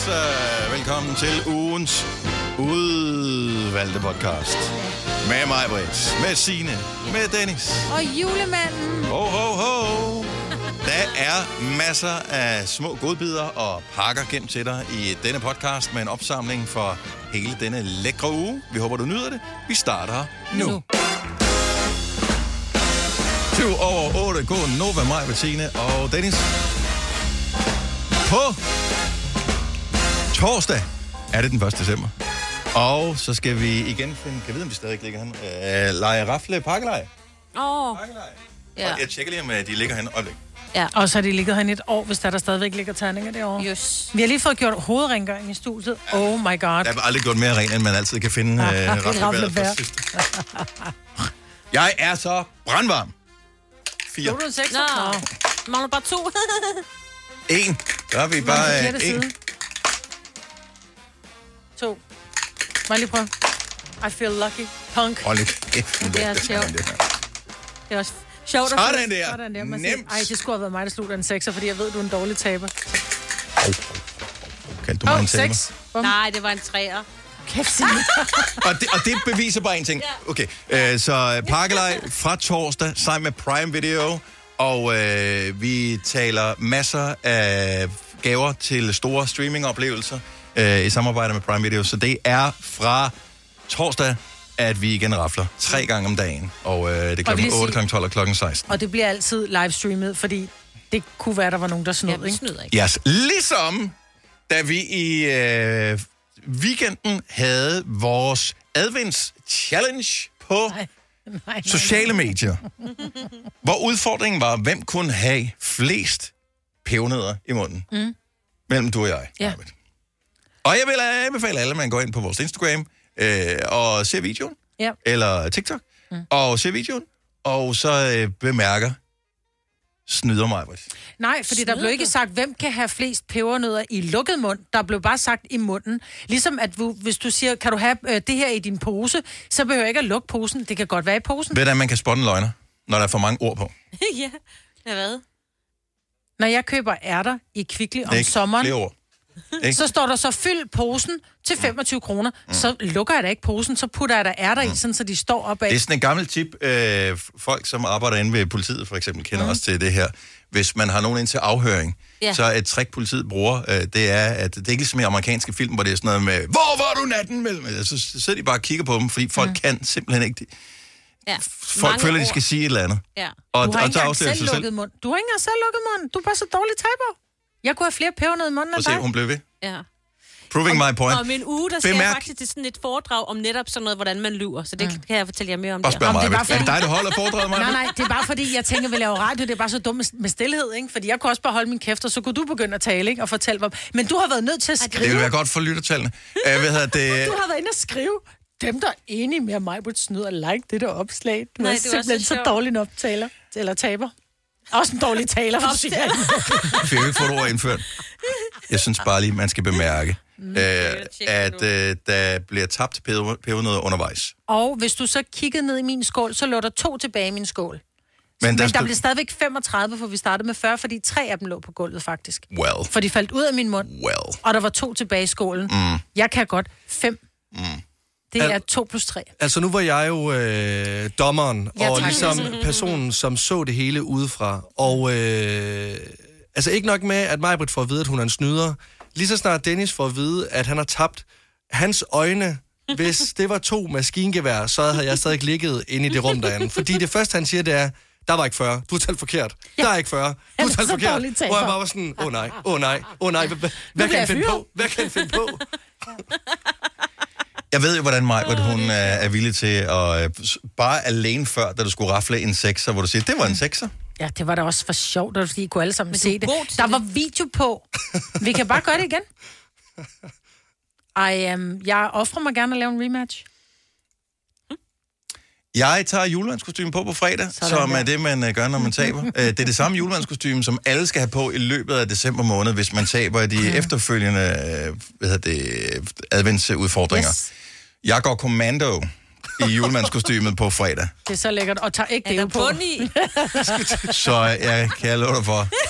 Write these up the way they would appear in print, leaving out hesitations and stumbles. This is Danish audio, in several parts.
Velkommen til ugens udvalgte podcast. Med mig, Britt. Med Signe. Med Dennis. Og julemanden. Ho, ho, ho. Der er masser af små godbidder og pakker gemt til dig i denne podcast med en opsamling for hele denne lækre uge. Vi håber, du nyder det. Vi starter nu. 7:08. God Nova, mig, Bettine og Dennis. På torsdag er det den 1. december. Og så skal vi igen finde, kan jeg vide, om vi stadig ligger hen, lege rafle pakkelej. Ja. Jeg tjekker lige, om de ligger hen. Ja. Og så har de ligget hen et år, hvis der stadigvæk ligger terninger derovre. Yes. Vi har lige fået gjort hovedrengøring i studiet. Oh my god. Der er aldrig gjort mere ren, end man altid kan finde raflebæret for sidste. Jeg er så brandvarm. 4. Du er 6. Nå. Mangler bare 2. 1. Så har vi bare 1. 2. Må jeg lige prøve? I feel lucky. Punk. Hold lidt kæft. Det er sjovt. Det er også sjovt. Sådan der. Nemt. Ej, det skulle have været mig, der slutter en 6'er, fordi jeg ved, du er en dårlig taber. Kaldte du mig en taber? 6. Nej, det var en 3'er. Kæft, Signe. og det beviser bare en ting. Okay, så pakkelej fra torsdag sammen med Prime Video, og vi taler masser af gaver til store streamingoplevelser i samarbejde med Prime Video. Så det er fra torsdag, at vi igen rafler 3 gange om dagen. Og det er klokken 8, klokken 12 og klokken 16. Og det bliver altid livestreamet, fordi det kunne være, der var nogen, der snød, ikke? Snyder ikke. Yes, ligesom da vi i weekenden havde vores advents-challenge på sociale medier, hvor udfordringen var, hvem kunne have flest pebernødder i munden. Mellem du og jeg. Ja. Og jeg vil anbefale alle, at man går ind på vores Instagram og ser videoen, eller TikTok, og ser videoen, og så bemærker, snyder mig. Nej, fordi der blev ikke sagt, hvem kan have flest pebernødder i lukket mund. Der blev bare sagt i munden. Ligesom at hvis du siger, kan du have det her i din pose, så behøver jeg ikke at lukke posen. Det kan godt være i posen. Ved du, at man kan spotte løgner, når der er for mange ord på? Ja, hvad? Når jeg køber ærter i Kvickly om sommeren, flere ord. så står der så, fyld posen til 25 kroner. Så lukker jeg da ikke posen, så putter jeg der ærter i, sådan, så de står opad. Det er sådan en gammel tip. Folk, som arbejder inde ved politiet, for eksempel, kender også til det her. Hvis man har nogen ind til afhøring, så et trick, politiet bruger, det er, at det er ikke ligesom i amerikanske film, hvor det er sådan noget med, hvor var du natten mellem? Så sidder de bare og kigger på dem, fordi folk kan simpelthen ikke... Folk føler, de skal sige et eller andet. Ja. Og du har ikke engang selv lukket mund. Du har ikke engang selv lukket munden. Du er bare så dårlig taber. Jeg kunne have flere pebernødder i munden end dig. Se, hun blev ved. Ja. Proving my point. Og min uge, der skal jeg faktisk til sådan et foredrag om netop sådan noget, hvordan man lyver. Så det kan jeg fortælle jer mere om. Og spørg mig, det er det dig, der holder foredraget, mig? Nej, det er bare fordi, jeg tænker, vi laver radio, det er bare så dumt med stillhed, ikke? Fordi jeg kunne også bare holde min kæft, og så kunne du begynde at tale, ikke? Og fortælle mig. Men du har været nødt til at skrive. Det vil være godt for lyttertallene. Du har været inde og skrive. Dem, der er enige med mig, burde snyde og like det der opslag. Du er simpelthen så dårlig en optaler. Eller taber. Også en dårlig taler, for du siger. Jeg fik ikke fået ord indført. Jeg synes bare lige, man skal bemærke, at der bliver tabt pebernødder undervejs. Og hvis du så kiggede ned i min skål, så lå der 2 tilbage i min skål. Men der blev stadigvæk 35, for vi startede med 40, fordi 3 af dem lå på gulvet, faktisk. For de faldt ud af min mund, og der var 2 tilbage i skålen. Jeg kan godt 5. Det er 2 plus 3. Altså, nu var jeg jo dommeren, og ligesom personen, som så det hele udefra. Og altså, ikke nok med, at Majbrit får at vide, at hun er en snyder. Lige så snart Dennis får at vide, at han har tabt hans øjne. Hvis det var 2 maskingevær, så havde jeg stadig ligget inde i det rum derinde. Fordi det første, han siger, det er, der var ikke 40. Du har talt forkert. Der er ikke 40. Du har talt forkert. Og jeg bare var sådan, åh nej. Hvad kan han finde på? Hvad kan han finde på? Jeg ved jo, hvordan Majbrit, hun er villig til at bare alene før, da du skulle rafle en 6'er, hvor du siger, det var en 6'er. Ja, det var da også for sjovt, at I kunne alle sammen se det. Der var video på. Vi kan bare gøre det igen. Jeg offrer mig gerne at lave en rematch. Jeg tager julemandskostyme på fredag, som er det, man gør, når man taber. Det er det samme julemandskostyme, som alle skal have på i løbet af december måned, hvis man taber de efterfølgende adventsudfordringer. Yes. Jeg går kommando i julemandskostymet på fredag. Det er så lækkert, og tager ikke det på. Så jeg kan love dig for,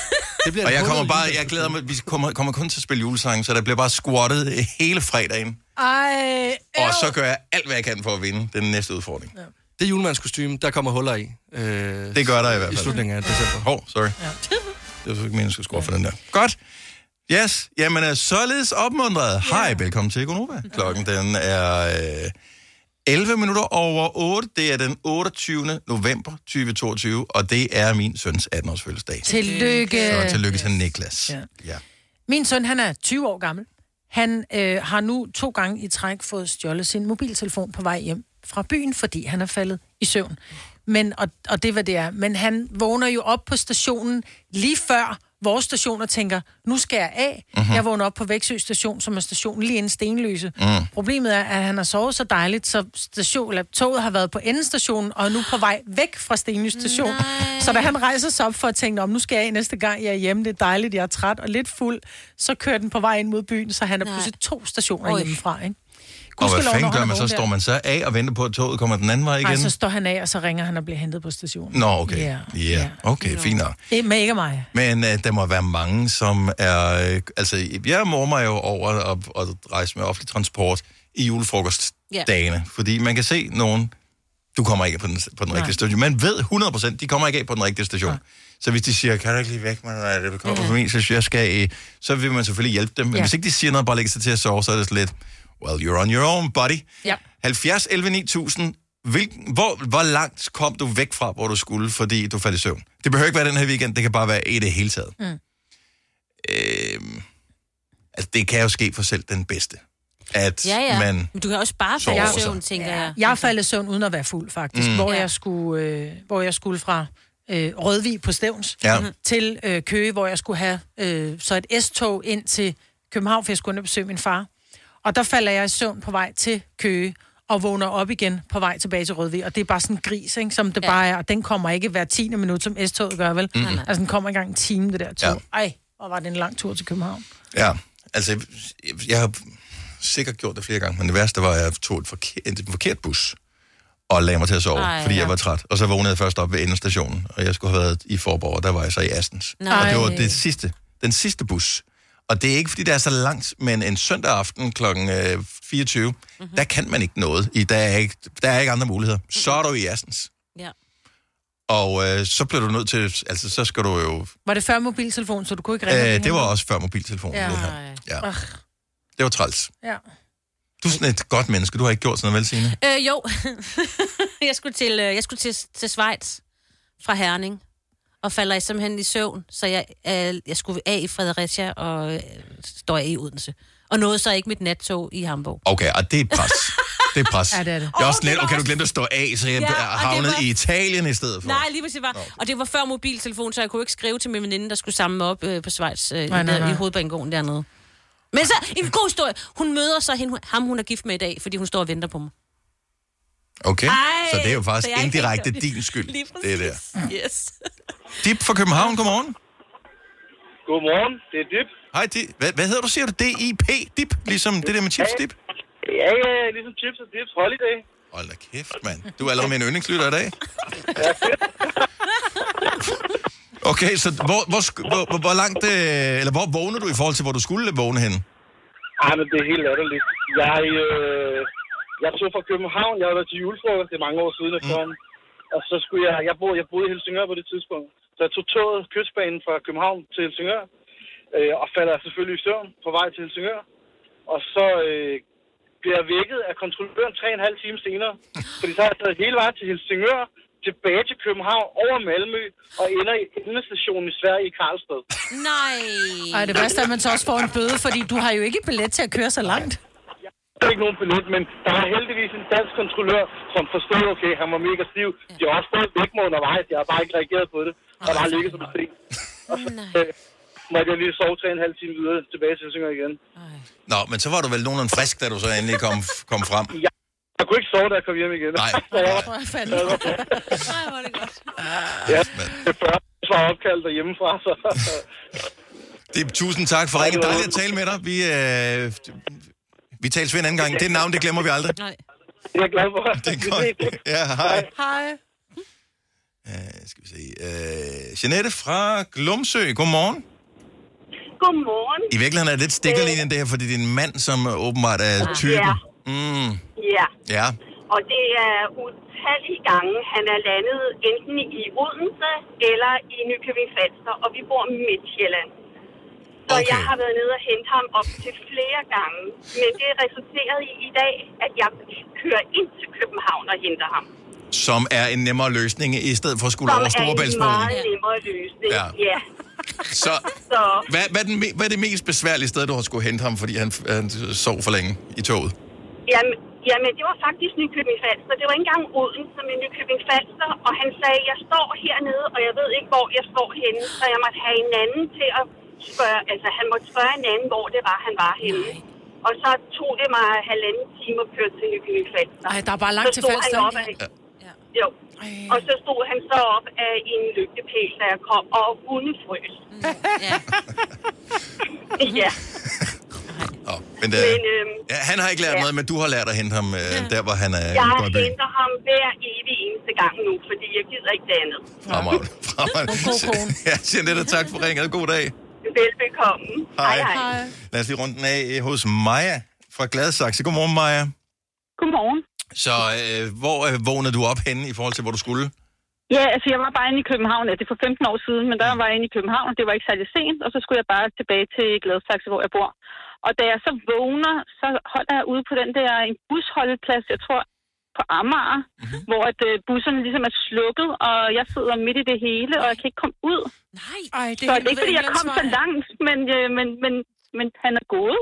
Og jeg glæder mig, vi kommer kun til at spille julesange, så der bliver bare squattet hele fredagen. Og så gør jeg alt, hvad jeg kan for at vinde den næste udfordring. Ja. Det er julemandskostyme, der kommer huller i. Det gør der i hvert fald. I slutningen af december. Sorry. Ja. Det var så ikke meningen, at skulle score for den der. Godt. Yes, jamen således opmuntret. Hej, velkommen til Gonova. Klokken den er 11 minutter over 8. Det er den 28. november 2022, og det er min søns 18-års fødselsdag. Tillykke. Så tillykke til Niklas. Ja. Min søn, han er 20 år gammel. Han har nu 2 gange i træk fået stjålet sin mobiltelefon på vej hjem fra byen, fordi han er faldet i søvn. Og det var det er. Men han vågner jo op på stationen lige før vores station og tænker, nu skal jeg af. Jeg vågner op på Væksø station, som er stationen lige inden Stenløse. Problemet er, at han har sovet så dejligt, så toget har været på endestationen, og er nu på vej væk fra Stenløse station. Nej. Så da han rejser sig op for at tænke, nu skal jeg af næste gang, jeg er hjemme, det er dejligt, jeg er træt og lidt fuld, så kører den på vej ind mod byen, så han er pludselig 2 stationer hjemmefra, ikke? Og hvad fanden gør man så? Står man så af og venter på, at toget kommer den anden vej igen? Nej, så står han af, og så ringer han og bliver hentet på stationen. Nå, okay. Ja. Okay, fint nok. Det er mega mig. Men der må være mange, som er... jeg mormer jo over at rejse med offentlig transport i julefrokostdagene. Fordi man kan se nogen... Du kommer ikke på den rigtige station. Man ved 100%, de kommer ikke af på den rigtige station. Nej. Så hvis de siger, kan du ikke lige væk, man, det kommer på min, så jeg skal så vil man selvfølgelig hjælpe dem. Men hvis ikke de siger noget, bare lægger sig til at sove, så er det lidt... Well, you're on your own, buddy. Ja. 70 11 9000. Hvor langt kom du væk fra, hvor du skulle, fordi du faldt i søvn? Det behøver ikke være den her weekend, det kan bare være i det hele taget. Det kan jo ske for selv den bedste. At man du kan også bare falde i søvn, tænker jeg. Jeg faldt i søvn uden at være fuld, faktisk. Hvor jeg skulle fra Rødvig på Stevns til Køge, hvor jeg skulle have så et S-tog ind til København, for jeg skulle besøge min far. Og der falder jeg i søvn på vej til Køge, og vågner op igen på vej tilbage til Rødvig. Og det er bare sådan en gris, ikke, som det bare er. Og den kommer ikke hver 10. minut, som S-toget gør, vel? Altså, den kommer engang en time, det der tog. Ja. Og var det en lang tur til København. Ja, altså, jeg har sikkert gjort det flere gange, men det værste var, at jeg tog en forkert bus, og lagde mig til at sove, fordi jeg var træt. Og så vågnede jeg først op ved endestationen, og jeg skulle have været i Forborg, og der var jeg så i Astens. Og det var den sidste bus. Og det er ikke, fordi det er så langt, men en søndag aften kl. 24, der kan man ikke noget. Der er ikke andre muligheder. Så er du i Astens. Ja. Og så bliver du nødt til, altså så skal du jo... Var det før mobiltelefon, så du kunne ikke ringe? Det var også før mobiltelefon, det her. Ja. Det var træls. Ja. Du er sådan et godt menneske. Du har ikke gjort sådan noget, vel, Signe? Jo. jeg skulle til Schweiz fra Herning. Og falder simpelthen i søvn, så jeg skulle af i Fredericia og står af i Odense. Og nåede så ikke mit nattog i Hamburg. Okay, og det er pres. Det er pres. Ja, det er det. Jeg er også lidt, okay, du glemte at stå af, så jeg havnede i Italien i stedet for. Nej, lige præcis var. Og det var før mobiltelefon, så jeg kunne ikke skrive til min veninde, der skulle samle mig op på Schweiz i hovedbanegården dernede. Men så, en god historie. Hun møder så ham, hun er gift med i dag, fordi hun står og venter på mig. Okay, så det er jo faktisk indirekte din skyld. Lige præcis. Det der. Yes. Dip fra København, godmorgen. Godmorgen, det er Dip. Hej, Dip. Hvad hedder du, siger du? D-I-P? Dip? Ligesom det der med chips, Dip? Ja, ligesom chips og Dips Holiday. Hold da kæft, mand. Du er allerede med en yndlingslytter i dag. Okay, så hvor langt, eller hvor vågner du i forhold til, hvor du skulle vågne hen? Men det er helt latterligt. Jeg tog fra København, jeg var til julefrokost, det er mange år siden efterhånden. Og så skulle jeg boede i Helsingør på det tidspunkt. Så jeg tog toget kystbanen fra København til Helsingør, og falder selvfølgelig i søvn på vej til Helsingør. Og så bliver jeg vækket af kontrolløren 3,5 timer senere. Fordi så har jeg taget hele vejen til Helsingør, tilbage til København, over Malmø, og ender i endestationen i Sverige i Karlstad. Nej! Ej, det værste er, at man så også får en bøde, fordi du har jo ikke billet til at køre så langt. Der er ikke nogen billet, men der er heldigvis en dansk kontrollør, som forstod, okay, han var mega stiv. De har også fået væk mig undervejs, jeg har bare ikke reageret på det. Der bare ligget som en sten. Og så måtte jeg lige sove 3,5 timer videre tilbage til Helsingør igen. Nå, men så var du vel nogenlunde frisk, da du så endelig kom frem? Ja, jeg kunne ikke sove, da jeg kom hjem igen. Nej. Nej, hvor er det godt. Ja, det første var opkaldt derhjemmefra, så... Tusind tak for ringen. Dejligt at tale med dig. Vi tales ved en anden gang. Det navn, det glemmer vi aldrig. Nej. Jeg er glad for. Det er godt. Ja, hej. Hej. Skal vi se. Jeanette fra Glumsø, godmorgen. Godmorgen. I virkeligheden er det lidt stikkerlinjen det her, fordi det er en mand, som åbenbart er typen. Ja. Og det er utallige gange, han er landet enten i Odense eller i Nykøbing Falster, og vi bor i Midtjylland. Så jeg har været nede og hente ham op til flere gange. Men det resulterede i dag, at jeg kører ind til København og henter ham. Som er en nemmere løsning, i stedet for at skulle over Storebæltsbroen. Som er en meget nemmere løsning, ja. Så hvad er det mest besværlige sted, du har skulle hente ham, fordi han sov for længe i toget? Jamen, det var faktisk Nykøbing Falster. Det var ikke engang Odense, men Nykøbing Falster. Og han sagde, jeg står hernede, og jeg ved ikke, hvor jeg står henne. Så jeg måtte have en anden til at spørge, altså han måtte spørge en anden, hvor det var, han var henne. Og så tog det mig 1,5 time at køre til Nykøbing Falster. Ej, der er bare langt til Falster. Jo. Og så stod han så op af en lygtepæl, da jeg kom, og hundefrøs. Ja. Men han har ikke lært noget, men du har lært at hente ham der, hvor han er. Jeg henter ham hver evig eneste gang nu, fordi jeg gider ikke det andet. Fremragende. Ja, Jeanette, tak for ringet. God dag. Velbekomme. Hej. Lad os lige rundt den af hos Maja fra Gladsaxe. Godmorgen, Maja. Godmorgen. Så hvor vågnede du op henne i forhold til, hvor du skulle? Ja, altså jeg var bare inde i København. Det er for 15 år siden, men der var jeg inde i København. Det var ikke særlig sent, og så skulle jeg bare tilbage til Gladsaxe, hvor jeg bor. Og da jeg så vågner, så holder jeg ude på den der en busholdeplads, jeg tror på Amager, hvor at busserne ligesom er slukket, og jeg sidder midt i det hele, og jeg kan ikke komme ud. Nej. Så det er ikke, fordi jeg kom så langt, men han er gået.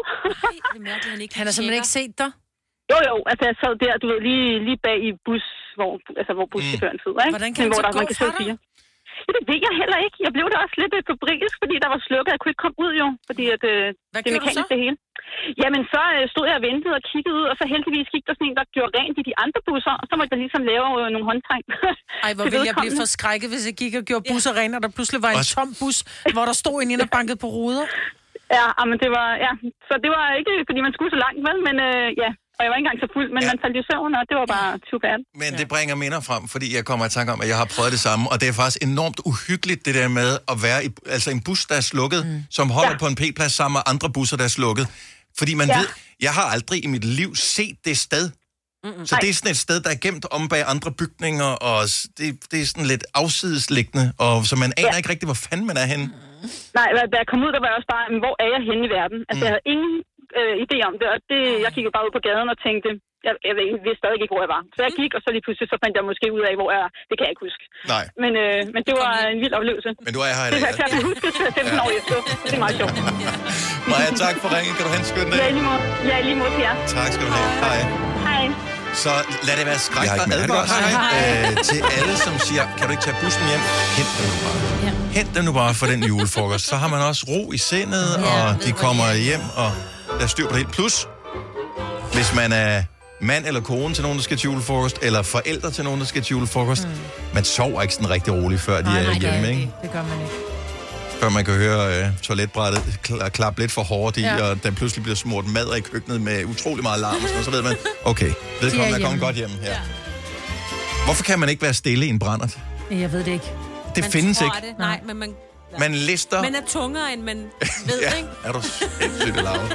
Han har simpelthen ikke set dig? Jo, altså jeg sad der, du ved, lige bag i bus, hvor buschaufføren sidder, ikke? Hvordan kan han så gå fra dig? Ja, det ved jeg heller ikke. Jeg blev da også lidt febrilsk, fordi der var slukket. Jeg kunne ikke komme ud jo, fordi at, det mekaniske det hele. Jamen, så stod jeg og ventede og kiggede ud, og så heldigvis gik der sådan en, der gjorde rent i de andre busser, og så måtte jeg ligesom lave nogle håndtegn. Ej, hvor ville jeg blive forskrækket, hvis jeg gik og gjorde busser rent, og der pludselig var en tom bus, hvor der stod en ind og bankede på ruder. Ja, men det var, så det var ikke, fordi man skulle så langt, vel, men ja. Og jeg var ikke engang så fuld, men man faldt i søvn, og det var bare too bad. Men det bringer minder frem, fordi jeg kommer i tanke om, at jeg har prøvet det samme, og det er faktisk enormt uhyggeligt, det der med at være i en bus, der er slukket, som holder på en P-plads sammen med andre busser, der er slukket. Fordi man ved, jeg har aldrig i mit liv set det sted. Så det er sådan et sted, der er gemt om bag andre bygninger, og det er sådan lidt afsidesliggende, og så man aner ikke rigtig, hvor fanden man er henne. Nej, da jeg kom ud, der var jeg også bare, hvor er jeg henne i verden? Altså, jeg havde ingen idé om det, og jeg kiggede bare ud på gaden og tænkte, jeg vidste stadig ikke, hvor jeg var. Så jeg gik, og så lige pludselig så fandt jeg måske ud af, hvor jeg er. Det kan jeg ikke huske. Nej. Men det var en vild oplevelse. Men du er her i dag. Det kan jeg huske, at 15 år efter. Det er meget sjovt. Maja, tak for ringen. Kan du have en skøn dag? Ja, lige mod til jer. Tak skal du have. Hej. Hej. Så lad det være skræk og advarsel til alle, som siger, kan du ikke tage bussen hjem? Hent dem nu bare. Hent dem nu bare for den julefrokost. Så har man også ro i sindet, og de kommer hjem, og der er styr på det helt. Plus, hvis man er mand eller kone til nogen, der skal til julefrokost, eller forældre til nogen, der skal til julefrokost, man sover ikke sådan rigtig roligt, før de er hjemme, ikke? Det gør man ikke. Før man kan høre toiletbrættet klappe lidt for hårdt i, og den pludselig bliver smurt mad i køkkenet med utrolig meget larm, og så ved man, okay, vedkommende er kommet godt hjem her. Hvorfor kan man ikke være stille i en brændert? Jeg ved det ikke. Det man findes ikke. Det. Nej, men man lister. Man er tungere, end man ved, ikke? Er du sindssygt lavet.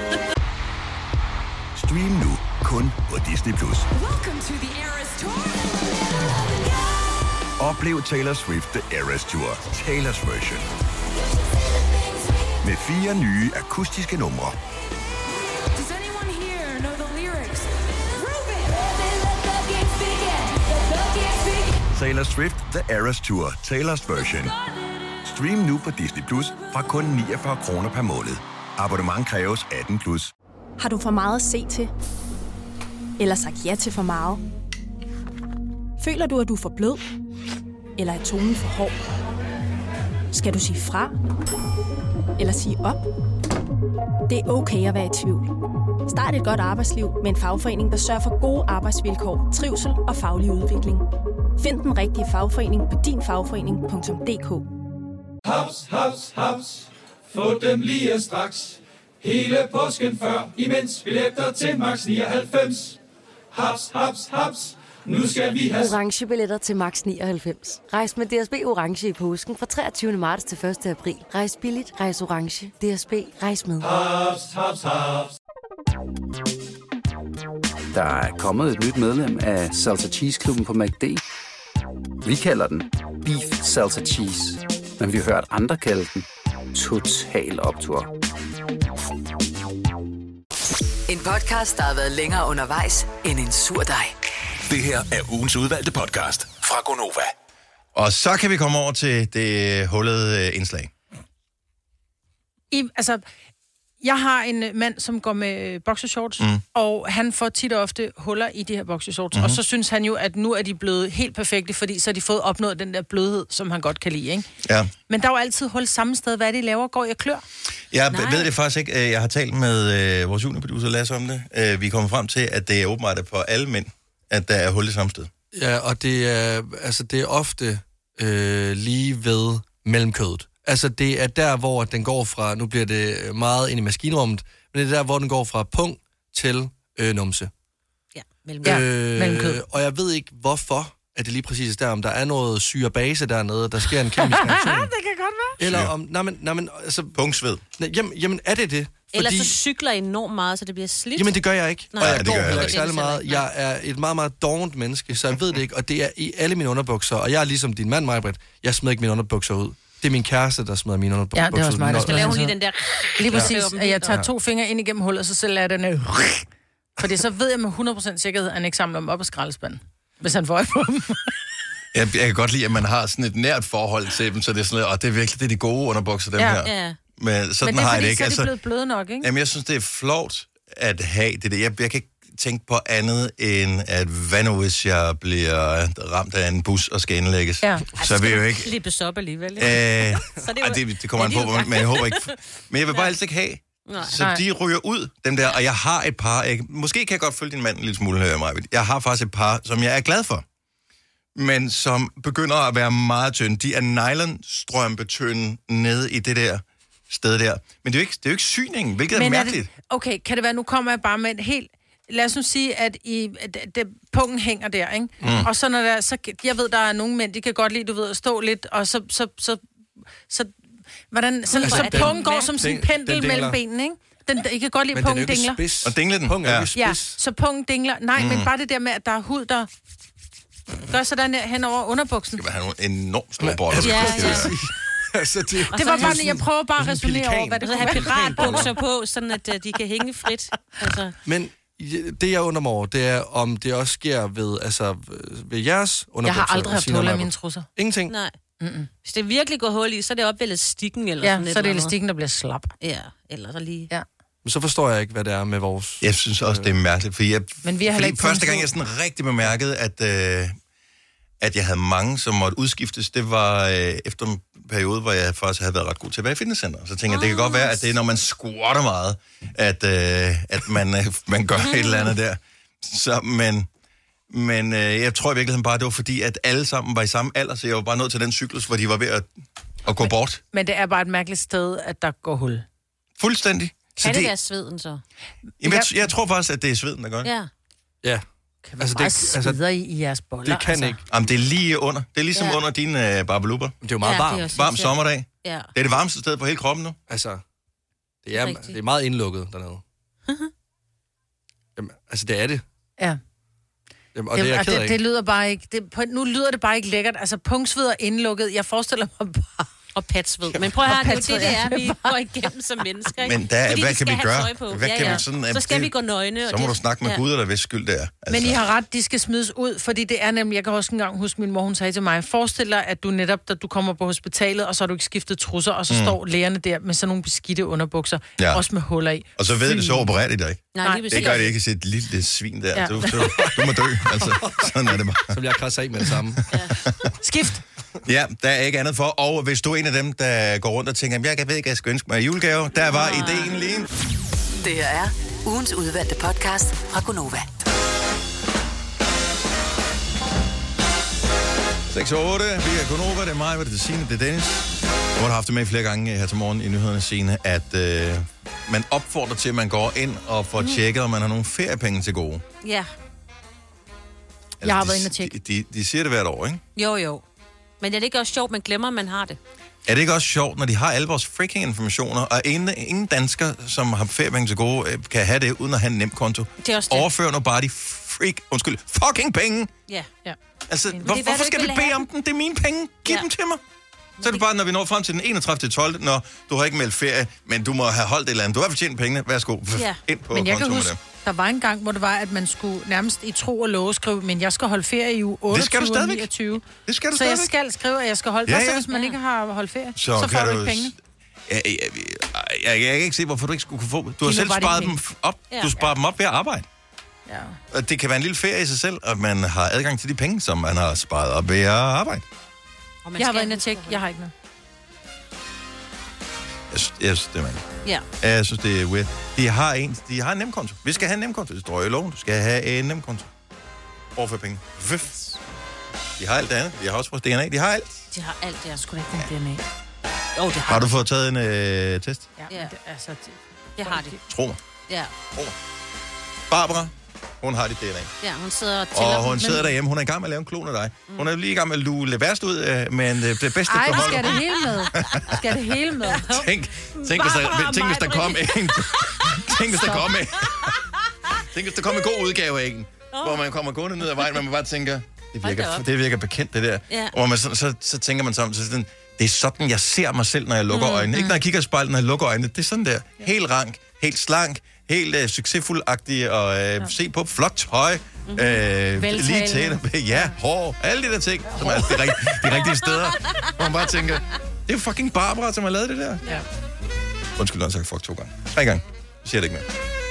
Stream nu kun på Disney+. Oplev Taylor Swift The Eras Tour, Taylor's version. Med 4 nye akustiske numre. Taylor Swift The Eras Tour, Taylor's version. Stream nu på Disney+ fra kun 49 kroner per måned. Abonnement kræves 18+. Har du for meget at se til? Eller sagt ja til for meget? Føler du, at du er for blød? Eller er tonen for hård? Skal du sige fra? Eller sige op? Det er okay at være i tvivl. Start et godt arbejdsliv med en fagforening, der sørger for gode arbejdsvilkår, trivsel og faglig udvikling. Find den rigtige fagforening på dinfagforening.dk. Haps, haps, haps. Få dem lige straks. Hele påsken før, imens billetter til max 99. Haps, haps, haps. Nu skal vi have orange billetter til max 99. Rejs med DSB Orange i påsken fra 23. marts til 1. april. Rejs billigt, rejs orange. DSB, rejs med. Haps, haps, haps. Der er kommet et nyt medlem af Salsa Cheese Klubben på McD. Vi kalder den Beef Salsa Cheese, men vi har hørt andre kalde den Total Optur. En podcast, der har været længere undervejs end en sur dej. Det her er ugens udvalgte podcast fra Gonova. Og så kan vi komme over til det hullede indslag. Jeg har en mand, som går med boxershorts, og han får tit og ofte huller i de her boxershorts. Og så synes han jo, at nu er de blevet helt perfekte, fordi så har de fået opnået den der blødhed, som han godt kan lide, ikke? Ja. Men der er jo altid hul samme sted. Hvad er det, I laver? Går jeg klør? Jeg ved det faktisk ikke. Jeg har talt med vores juniorproducer Lasse om det. Vi kommer frem til, at det er åbenbart på alle mænd, at der er hul i samme sted. Ja, og det er ofte lige ved mellemkødet. Altså, det er der, hvor den går fra, nu bliver det meget ind i maskinrummet, men det er der, hvor den går fra pung til numse. Ja, mellemkød. Og jeg ved ikke, hvorfor at det lige præcis der, om der er noget syrebase dernede, der sker en kemisk reaktion. Det kan godt være. Eller om, altså... Pungsved. Jamen, er det det? Ellers så cykler enormt meget, så det bliver slidt. Jamen, det gør jeg ikke. Nej. Og jeg det gør går jeg ikke særlig meget. Jeg er et meget, meget dovent menneske, så jeg ved det ikke. Og det er i alle mine underbukser. Og jeg er ligesom din mand, Majbrit. Jeg smider ikke mine underbukser ud. Det er min kæreste, der smider mine underbukser ud. Ja, det er også mig, der skal lave lige den der... Lige præcis. At jeg tager 2 fingre ind igennem hullet, og så selv lader den... Fordi så ved jeg med 100% sikkerhed, at han ikke samler dem op af skraldespanden, hvis han får øje på dem. Jeg kan godt lide, at man har sådan et nært forhold til dem, så det er sådan, og det er virkelig det er de gode underbukser, dem her. Ja. Men sådan men det er har fordi, jeg det ikke. Så er de blevet bløde nok, ikke? Jamen, jeg synes, det er flovt at have det der. Jeg kan ikke tænke på andet end, at hvad nu, hvis jeg bliver ramt af en bus og skal indlægges? Ja. Så vil jeg jo ikke... Lippes op alligevel. Det kommer an på, men jeg håber ikke... Men jeg vil bare helst ikke have. Nej. Så de ryger ud, dem der. Og jeg har et par... Måske kan jeg godt følge din mand en lille smule her, Maja. Jeg har faktisk et par, som jeg er glad for. Men som begynder at være meget tynde. De er nylonstrømpetynde nede i det der sted der. Men det er jo ikke syningen, hvilket er mærkeligt. Okay, kan det være, nu kommer jeg bare med et helt... Lad os nu sige, at pungen hænger der, ikke? Og så når der... Så, jeg ved, der er nogle mænd, de kan godt lide, du ved, at stå lidt, og så hvordan... Så pungen går som sådan en pendel mellem benene, ikke? I kan godt lide, pungen dingler. Og dingler den? Pungen er jo Ja, så pungen dingler. Nej, men bare det der med, at der er hud, der... Gør sådan hen over underbuksen. Det skal have nogle enormt store boller. Ja. Altså, det var bare, jeg prøver bare at resonere over, hvad det kunne have piratbukser på, sådan at de kan hænge frit. Altså. Men det, jeg undrer mig over, det er, om det også sker ved jeres underbukser. Jeg har aldrig haft huller i mine trusser. Ingenting? Nej. Hvis det virkelig går hul i, så er det op ved elastikken eller sådan så er det elastikken, der bliver slap. Ja, eller så lige... Ja. Men så forstår jeg ikke, hvad det er med vores... Jeg synes også, det er mærkeligt, fordi første gang, jeg sådan rigtig bemærkede, at jeg havde mange, som måtte udskiftes, det var efter en periode, hvor jeg faktisk havde været ret god til at være i fitnesscenter. Så tænkte jeg, det kan godt være, at det er, når man squatter meget, at man gør et eller andet der. Så, men jeg tror i virkeligheden bare, det var fordi, at alle sammen var i samme alder, så jeg var bare nået til den cyklus, hvor de var ved at gå bort. Men det er bare et mærkeligt sted, at der går hul. Fuldstændig. Kan det være sveden så? Jamen, jeg tror faktisk, at det er sveden, der gør det. Ja. Kan man bare svider i jeres boller? Det kan ikke. Jamen, det er lige under. Det er ligesom under dine barbeluber. Det er jo meget varmt. Varm sommerdag. Ja. Det er det varmeste sted på hele kroppen nu. Altså, det er meget indlukket dernede. Jamen, altså, det er det. Ja. Jamen, og det er jeg ked af. Det lyder bare ikke... Nu lyder det bare ikke lækkert. Altså, pungsved og indlukket. Jeg forestiller mig bare... Og patsved. Men prøv at høre, det er vi går igennem som mennesker. Men hvad kan vi gøre? Hvad kan vi sådan, så skal vi gå nøgne. Så må du snakke med Gud, eller hvis skyld det er. Altså. Men I har ret, de skal smides ud, fordi det er nemlig... Jeg kan også engang huske, min mor, hun sagde til mig, forestil dig, at du netop, da du kommer på hospitalet, og så har du ikke skiftet trusser, og så står lægerne der med sådan nogle beskidte underbukser, også med huller i. Og så ved det, så opererer de dig ikke. Nej, det gør det ikke, at et lille svin der. Ja. Du må dø, altså. Sådan er det bare. Så bliver jeg krasser af med det samme. Skift! Ja, der er ikke andet for. Og hvis du er en af dem, der går rundt og tænker, jeg ved ikke, jeg skal ønske mig julegave, der var ideen lige. Det her er ugens udvalgte podcast fra Gonova. 6-8, vi er Gonova, det er mig, det er Signe, det er Dennis. Jeg har haft det med flere gange her til morgen i nyhederne, Signe, at man opfordrer til, at man går ind og får tjekket, om man har nogle feriepenge til gode. Ja. Jeg har været inde og tjekke. De siger det hvert år, ikke? Jo. Men er det ikke også sjovt, man glemmer, at man har det? Er det ikke også sjovt, når de har alle vores freaking informationer, og ingen dansker, som har feriepenge til gode, kan have det, uden at have en nem konto? Det er også det. Overfør nu bare de fucking penge! Ja. Altså, hvorfor skal vi bede om dem? Det er mine penge. Giv dem til mig. Så er det bare, når vi når frem til den 31.12., når du har ikke meldt ferie, men du må have holdt et eller andet. Du har fortjent pengene. Værsgo, ind på men jeg kontoen kan huske, der var en gang, hvor det var, at man skulle nærmest i tro og love skrive, men jeg skal holde ferie i uge 28 og 29. Det skal du så stadigvæk. jeg skal skrive, at jeg skal holde. Så hvis man ikke har holdt ferie, så får du ikke pengene. Jeg kan ikke se, hvorfor du ikke skulle kunne få. Du har selv sparet dem op. Du sparer dem op ved at arbejde. Ja. Og det kan være en lille ferie i sig selv, at man har adgang til de penge, som man har sparet op ved at arbejde. Jeg har været inde og tjekke. Jeg har ikke noget. Jeg synes, det er mærkeligt. Ja. Jeg synes, det er weird. De har en nemkonto. Vi skal have en nemkonto. Det står i loven. Du skal have en nemkonto. Overfør penge. De har alt det andet. De har også vores DNA. De har alt. De har alt, ja. Skulle ikke have DNA. Det har du fået taget en test? Ja. Det har de. Tro mig. Ja. Barbara, hun har dit DNA. Ja, hun sidder og tæller. Og hun sidder derhjemme. Hun er i gang med at lave en klon af dig. Hun er lige i gang med at lule værst ud, men det bedste beholder. Ej, skal det hele med. Skal det hele med. Tænk, hvis der kom en... Tænk, hvis der kom en god udgave af en, hvor man kommer gående ned ad vejen, og man bare tænker, det virker bekendt, det der. Ja. Og man, så tænker man sådan, det er sådan, jeg ser mig selv, når jeg lukker øjnene. Ikke når jeg kigger i spejlet, når jeg lukker øjnene. Det er sådan der. Helt rank, helt slank, helt succesfuldagtig og se på flot tøj. Lige til hår. Alle de der ting, som er de rigtige steder. Hvor man bare tænker, det er jo fucking Barbara, som har lavet det der. Ja. Undskyld, når jeg har sagt fuck 2 gange. 3 gange. Jeg siger det ikke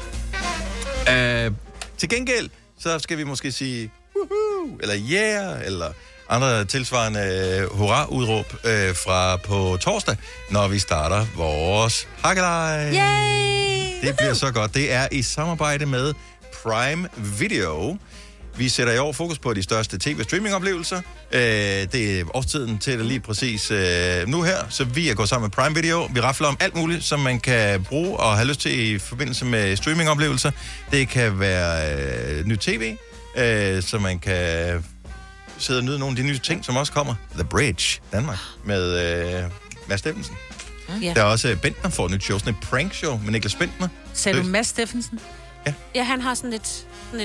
mere. Til gengæld, så skal vi måske sige woohoo, eller yeah, eller andre tilsvarende hurra-udråb fra på torsdag, når vi starter vores pakkelej. Yay! Det bliver så godt. Det er i samarbejde med Prime Video. Vi sætter i år fokus på de største tv-streaming-oplevelser. Det er årstiden til det lige præcis nu her, så vi er gået sammen med Prime Video. Vi rafler om alt muligt, som man kan bruge og have lyst til i forbindelse med streaming-oplevelser. Det kan være nyt tv, så man kan sidde og nyde nogle af de nye ting, som også kommer. The Bridge, Danmark, med Mads Steffensen. Der er også Bentner får et nyt show, sådan et prank-show med Niklas Bentner. Sagde du Mads Steffensen? Ja, han har sådan et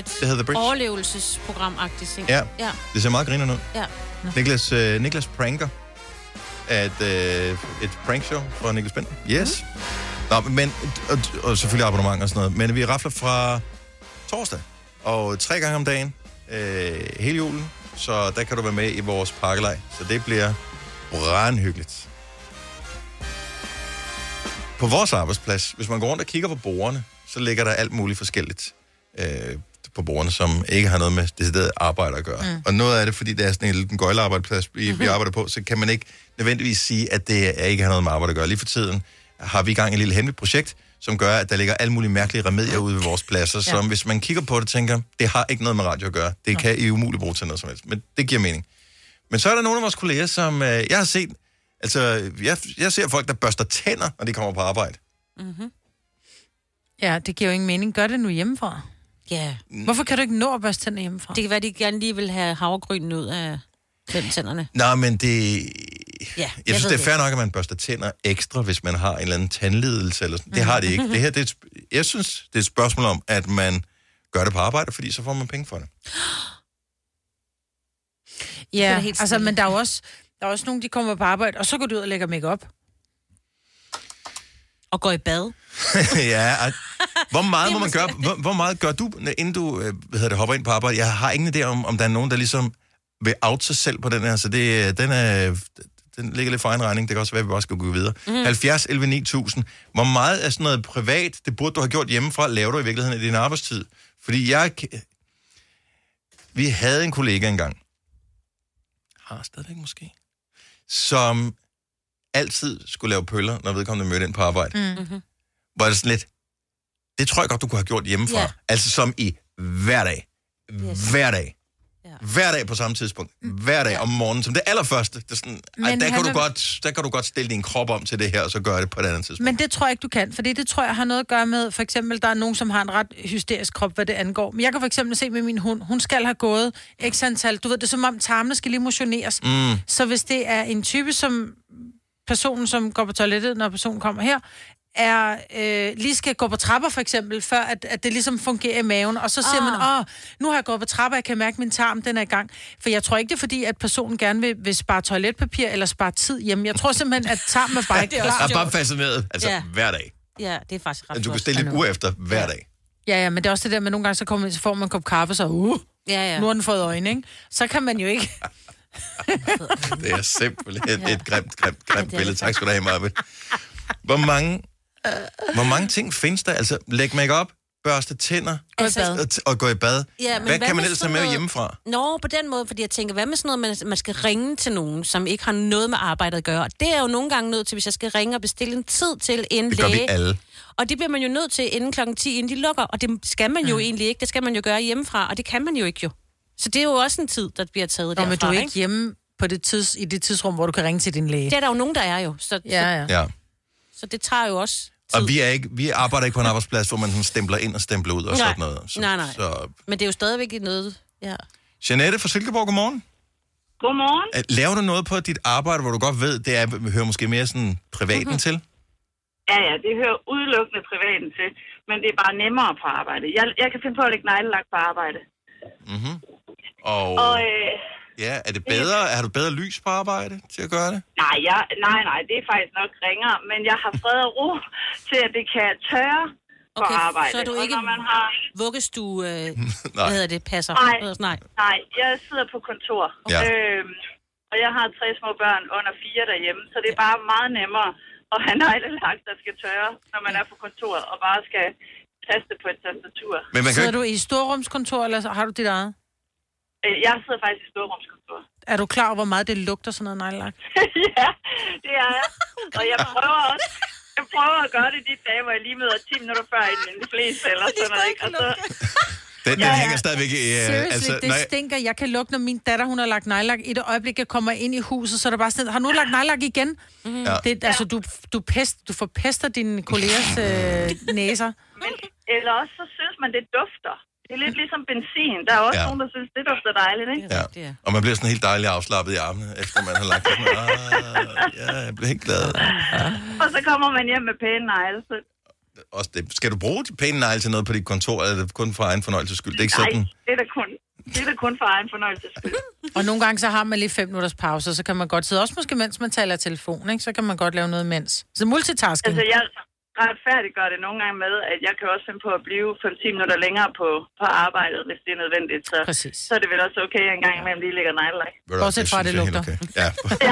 overlevelsesprogram-agtigt ting. Ja, det ser meget grinerende ud. Ja. Niklas Pranker er et prankshow fra Niklas Bentner. Yes. Nå, men, og selvfølgelig abonnement og sådan noget. Men vi rafler fra torsdag, og 3 gange om dagen, hele julen. Så der kan du være med i vores pakkelej. Så det bliver brandhyggeligt. På vores arbejdsplads, hvis man går rundt og kigger på bordene, så ligger der alt muligt forskelligt på bordene, som ikke har noget med decideret arbejde at gøre. Og noget af det, fordi det er sådan en lille gøjlearbejdsplads, vi arbejder på, så kan man ikke nødvendigvis sige, at det ikke har noget med arbejde at gøre. Lige for tiden har vi i gang et lille hemmeligt projekt, som gør, at der ligger alle mulige mærkelige remedier ude ved vores pladser, som hvis man kigger på det, tænker, det har ikke noget med radio at gøre. Det kan I umuligt bruge til noget som helst. Men det giver mening. Men så er der nogle af vores kolleger, som jeg har set, altså jeg ser folk, der børster tænder, når de kommer på arbejde. Mm-hmm. Ja, det giver jo ingen mening. Gør det nu hjemmefra. Ja. Hvorfor kan du ikke nå at børste tænder hjemmefra? Det kan være, de gerne lige vil have havregrynen ud af tænderne. Nej, men det... Ja, jeg synes, det er fair nok, at man børster tænder ekstra, hvis man har en eller anden tandlidelse eller sådan. Det har det ikke. Det her, jeg synes, det er et spørgsmål om, at man gør det på arbejde, fordi så får man penge for det. Ja, altså, men der er også nogen, de kommer på arbejde, og så går du ud og lægger make-up. Og går i bad. Ja, hvor meget må man gøre? Hvor meget gør du, inden du hopper ind på arbejde? Jeg har ingen idé om der er nogen, der ligesom vil out sig selv på den her, så den ligger lidt for egen regning. Det kan også være, at vi bare skal gå videre. 70, 11, 9000. Hvor meget er sådan noget privat, det burde du have gjort hjemmefra, laver du i virkeligheden i din arbejdstid? Fordi vi havde en kollega engang, har stadigvæk måske, som altid skulle lave pøller, når vedkommende mødte ind på arbejde. Mm-hmm. Var det sådan lidt, det tror jeg godt, du kunne have gjort hjemmefra. Yeah. Altså som i hver dag. Yes. Hver dag. Ja. Hver dag på samme tidspunkt. Hver dag om morgenen, som det allerførste. Det er sådan, der kan du godt stille din krop om til det her, og så gøre det på et andet tidspunkt. Men det tror jeg ikke, du kan, fordi det tror jeg har noget at gøre med, for eksempel, der er nogen, som har en ret hysterisk krop, hvad det angår. Men jeg kan for eksempel se med min hund, hun skal have gået x antal, du ved, det er som om tarmene skal lige motioneres. Så hvis det er en type, som personen, som går på toilettet, når personen kommer her, lige skal gå på trapper, for eksempel, før at det ligesom fungerer i maven, og så siger man, nu har jeg gået på trapper, jeg kan mærke, at min tarm, den er i gang. For jeg tror ikke, det er fordi, at personen gerne vil spare toiletpapir, eller spare tid hjemme. Jeg tror simpelthen, at tarmen er bare ikke klar. Jeg er bare fascineret, hver dag. Ja, det er faktisk ret. Du kan stille et uge efter hver dag. Ja, men det er også det der med, nogle gange så får man en kop kaffe, så nu har den fået øjne, ikke? Så kan man jo ikke... Det er simpelthen et grimt billede. Tak skal du have, Marvind. Hvor mange ting findes der? Altså, læg make-up, børste tænder og gå i bad. Ja, hvad kan man ellers tage med hjemmefra? På den måde, fordi jeg tænker, hvad med sådan noget, man skal ringe til nogen, som ikke har noget med arbejdet at gøre. Det er jo nogle gange nødt til, hvis jeg skal ringe og bestille en tid til en læge. Det gør vi alle. Og det bliver man jo nødt til inden klokken 10, inden de lukker. Og det skal man jo egentlig ikke. Det skal man jo gøre hjemmefra, og det kan man jo ikke jo. Så det er jo også en tid, der bliver taget derfra. Men du er ikke hjemme på i det tidsrum, hvor du kan ringe til din læge. Det er der jo nogen, der er jo. Så det tager jo også tid. Og vi arbejder ikke på en arbejdsplads, hvor man sådan stempler ind og stempler ud og sådan noget. Nej. Men det er jo stadigvæk noget. Ja. Jeanette fra Silkeborg, godmorgen. Godmorgen. Laver du noget på dit arbejde, hvor du godt ved, det hører måske mere sådan privaten til? Ja, det hører udelukkende privaten til. Men det er bare nemmere på arbejde. Jeg kan finde på at lægge neglelak på arbejde. Og er det bedre? Har du bedre lys på arbejde til at gøre det? Nej, det er faktisk nok ringere. Men jeg har fred og ro til, at det kan tørre på arbejde. Så er du ikke vuggestue, passer? Nej, jeg sidder på kontor. Og jeg har 3 små børn under 4 derhjemme, så det er bare meget nemmere at have neglelak, der skal tørre, når man er på kontoret, og bare skal taste på et tastatur. Sidder du i storrumskontor, eller har du dit eget? Jeg sidder faktisk i storrumskontor. Er du klar over, hvor meget det lugter sådan noget neglelak? Ja, det er jeg. Og jeg prøver at gøre det de dage, hvor jeg lige møder 10 minutter før inden de fleste eller sådan noget, ikke? Og så... Den hænger stadigvæk i... det stinker. Jeg kan lugte, når min datter, hun har lagt neglelak. I det øjeblik, jeg kommer ind i huset, så er der bare sådan, har nu lagt neglelak igen? Altså, du forpester dine kollegers næser. Men, eller også, så synes man, det dufter. Det er lidt ligesom benzin. Der er også nogen, der synes, det dufter dejligt, ikke? Ja. Og man bliver sådan helt dejligt afslappet i armene, efter man har lagt det. Jeg bliver helt glad. Og så kommer man hjem med pæne negle. Også det. Skal du bruge pæne negle til noget på dit kontor, eller er det kun for egen fornøjelses skyld? Det er ikke sådan. Det er da kun for egen fornøjelses skyld. Og nogle gange så har man lige 5 minutters pause, så kan man godt sidde, også måske mens man taler telefon, ikke? Så kan man godt lave noget imens. Så multitasking. Altså, jeg retfærdiggør det nogle gange med, at jeg kan også finde på at blive 5-10 minutter længere på arbejdet, hvis det er nødvendigt. Så er det vel også okay, at en gang imellem lige ligger neglelak. Bortset fra, det lugter. Okay. Ja.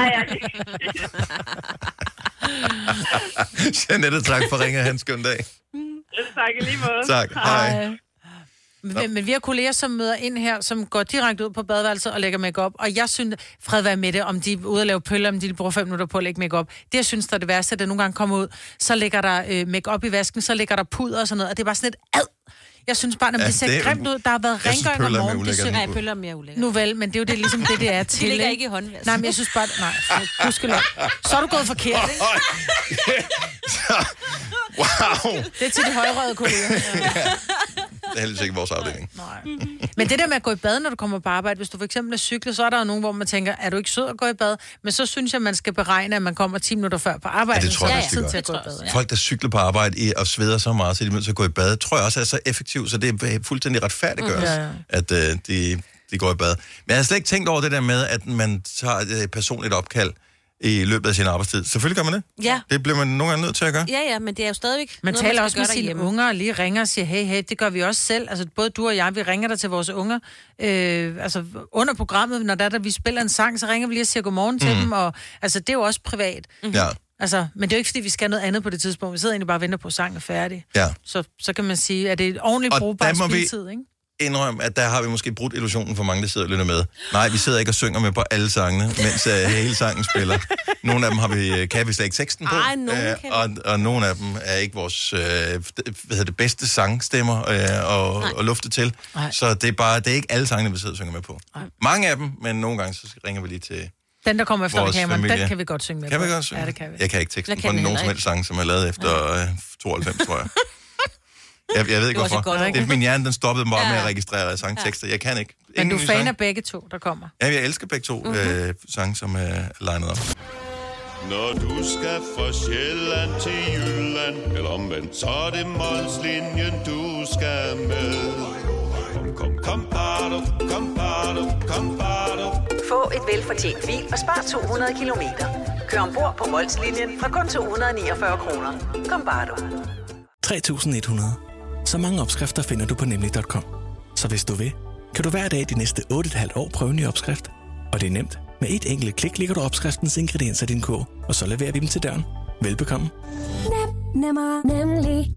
Jeanette, tak for ringet. Han skøn dag. Tak i lige måde. Tak. Hej. Men vi har kolleger, som møder ind her, som går direkte ud på badeværelset og lægger make-up. Og jeg synes, fred være med det, om de er ude at lave pøller, om de bruger 5 minutter på at lægge make-up. Det, jeg synes, der er det værste, at det nogle gange kommer ud, så lægger der make-up i vasken, så lægger der puder og sådan noget, og det er bare sådan et Jeg synes bare, når det ser grimt ud, der har været rengøring om morgenen. Nej, pøller er mere ulækkert. Nu vel, men det er jo det, ligesom det er til. Det ligger ikke i håndvasken. Nej, men jeg synes bare, husk så er du gået forkert, ikke? Wow. Det er til de højrøde kolleger. Det er heldigvis ikke vores afdeling. Nej. Men det der med at gå i bad, når du kommer på arbejde, hvis du for eksempel er cykler, så er der jo nogen, hvor man tænker, er du ikke sød at gå i bad? Men så synes jeg, man skal beregne, at man kommer 10 minutter før på arbejde. Ja, det tror jeg, så er tid til at gå i bad. Ja. Folk, der cykler på arbejde og sveder så meget, så de er nødt til at gå i bad, tror jeg også er så effektivt, så det er fuldstændig retfærdiggøres, at de går i bad. Men jeg har slet ikke tænkt over det der med, at man tager et personligt opkald i løbet af sin arbejdstid. Selvfølgelig gør man det. Ja. Det bliver man nogle gange nødt til at gøre. Ja, men det er jo stadigvæk man taler også med sine unger og lige ringer og siger, hey, det gør vi også selv. Altså både du og jeg, vi ringer der til vores unger. Altså under programmet, når der vi spiller en sang, så ringer vi lige og siger godmorgen til dem. Og altså det er jo også privat. Ja. Altså, men det er jo ikke, fordi vi skal noget andet på det tidspunkt. Vi sidder egentlig bare og venter på, at sangen er færdig. Ja. Så kan man sige, at det er et ordentligt brugbart spiltid, ikke? indrømme, at der har vi måske brudt illusionen for mange, der sidder og lytter med. Nej, vi sidder ikke og synger med på alle sangene, mens hele sangen spiller. Nogle af dem kan vi slet ikke teksten på, og nogle af dem er ikke vores bedste sangstemmer og lufte til. Nej. Så det er ikke alle sangene, vi sidder og synger med på. Nej. Mange af dem, men nogle gange så ringer vi lige til den, der kommer efter reklameren, den kan vi godt synge med på. Kan vi godt synge? Ja, det kan vi. Jeg kan ikke teksten på nogen som helst sang, som er lavet efter 92, tror jeg. Jeg ved ikke, hvorfor. Det er min hjerne, den stoppede bare med at registrere sangtekster. Jeg kan ikke. Men du er fan af begge to, der kommer? Ja, jeg elsker begge to sange, som er legnet op. Når du skal fra Sjælland til Jylland, eller omvendt, så er det Molslinjen, du skal med. Kom, bado, kom, bado. Få et velfortjent bil og spar 200 kilometer. Kør ombord på Molslinjen fra kun 249 kroner. Kom, bare du. 3.100. Så mange opskrifter finder du på nemlig.com. Så hvis du vil, kan du hver dag de næste 8,5 år prøve en ny opskrift. Og det er nemt. Med et enkelt klik ligger du opskriftens ingredienser i din kog, og så leverer vi dem til døren. Velbekomme. Nemmer, nemlig.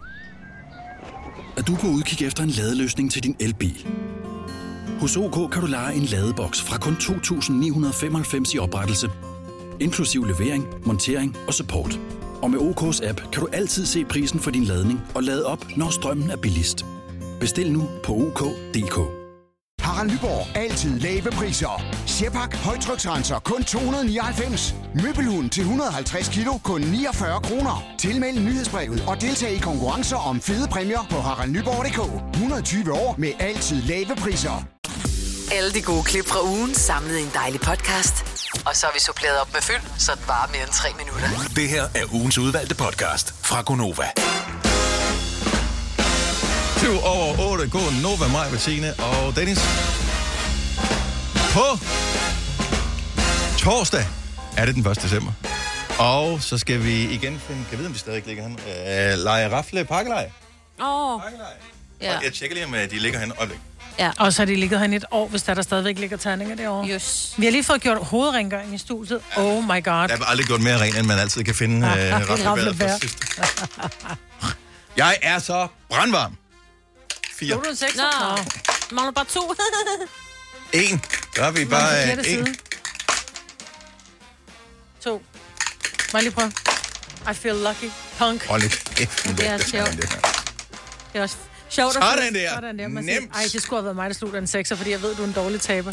Er du på udkig efter en ladeløsning til din elbil? Hos OK kan du leje en ladeboks fra kun 2.995 i oprettelse, inklusiv levering, montering og support. Og med OK's app kan du altid se prisen for din ladning og lade op, når strømmen er billigst. Bestil nu på OK.dk. Harald Nyborg. Altid lave priser. Sjehpak højtryksrenser kun 299. Møbelhund til 150 kilo kun 49 kroner. Tilmeld nyhedsbrevet og deltag i konkurrencer om fede præmier på haraldnyborg.dk. 120 år med altid lave priser. Alle de gode klip fra ugen samlet i en dejlig podcast. Og så har vi suppleret op med fyld, så det varer mere end 3 minutter. Det her er ugens udvalgte podcast fra Gonova. 7:08. God Nova, mig, Bettine og Dennis. På torsdag er det den 1. december. Og så skal vi igen finde, kan jeg vide, om de stadig ligger hen, lege rafle pakkelej. Ja. Jeg tjekker lige, om de ligger hen. Ja. Og så har de ligget hen et år, hvis der stadigvæk ligger terninger derovre. Yes. Vi har lige fået gjort hovedrengøring i studiet. Oh my god. Jeg har aldrig gjort mere rent, end man altid kan finde raflebæret. Jeg er så brandvarm. 4. Du er 6. Nå, mangler bare 2. 1. Så har vi bare 1. 2. Må jeg lige prøve? I feel lucky. Punk. Hold lidt kæft. Det er sjovt. Det er også sjovt. Sådan der. Nemt. Ej, det skulle have været mig, der slutter en 6'er, fordi jeg ved, du er en dårlig taber.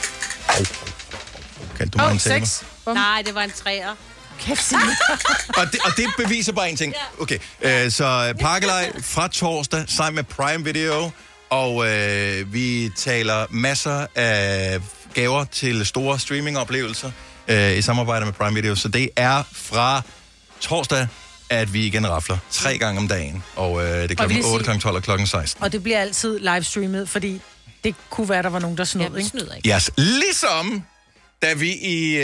Kan du mig en taber? 6. Nej, det var en 3'er. Kæft, Signe. og det beviser bare en ting. Okay, så pakkelej fra torsdag sammen med Prime Video, og vi taler masser af gaver til store streamingoplevelser i samarbejde med Prime Video, så det er fra torsdag, at vi igen rafler 3 gange om dagen, og det er klokken 8, klokken 12 og klokken 16. Og det bliver altid livestreamet, fordi det kunne være, der var nogen, der snød, ikke? Yes, ligesom da vi i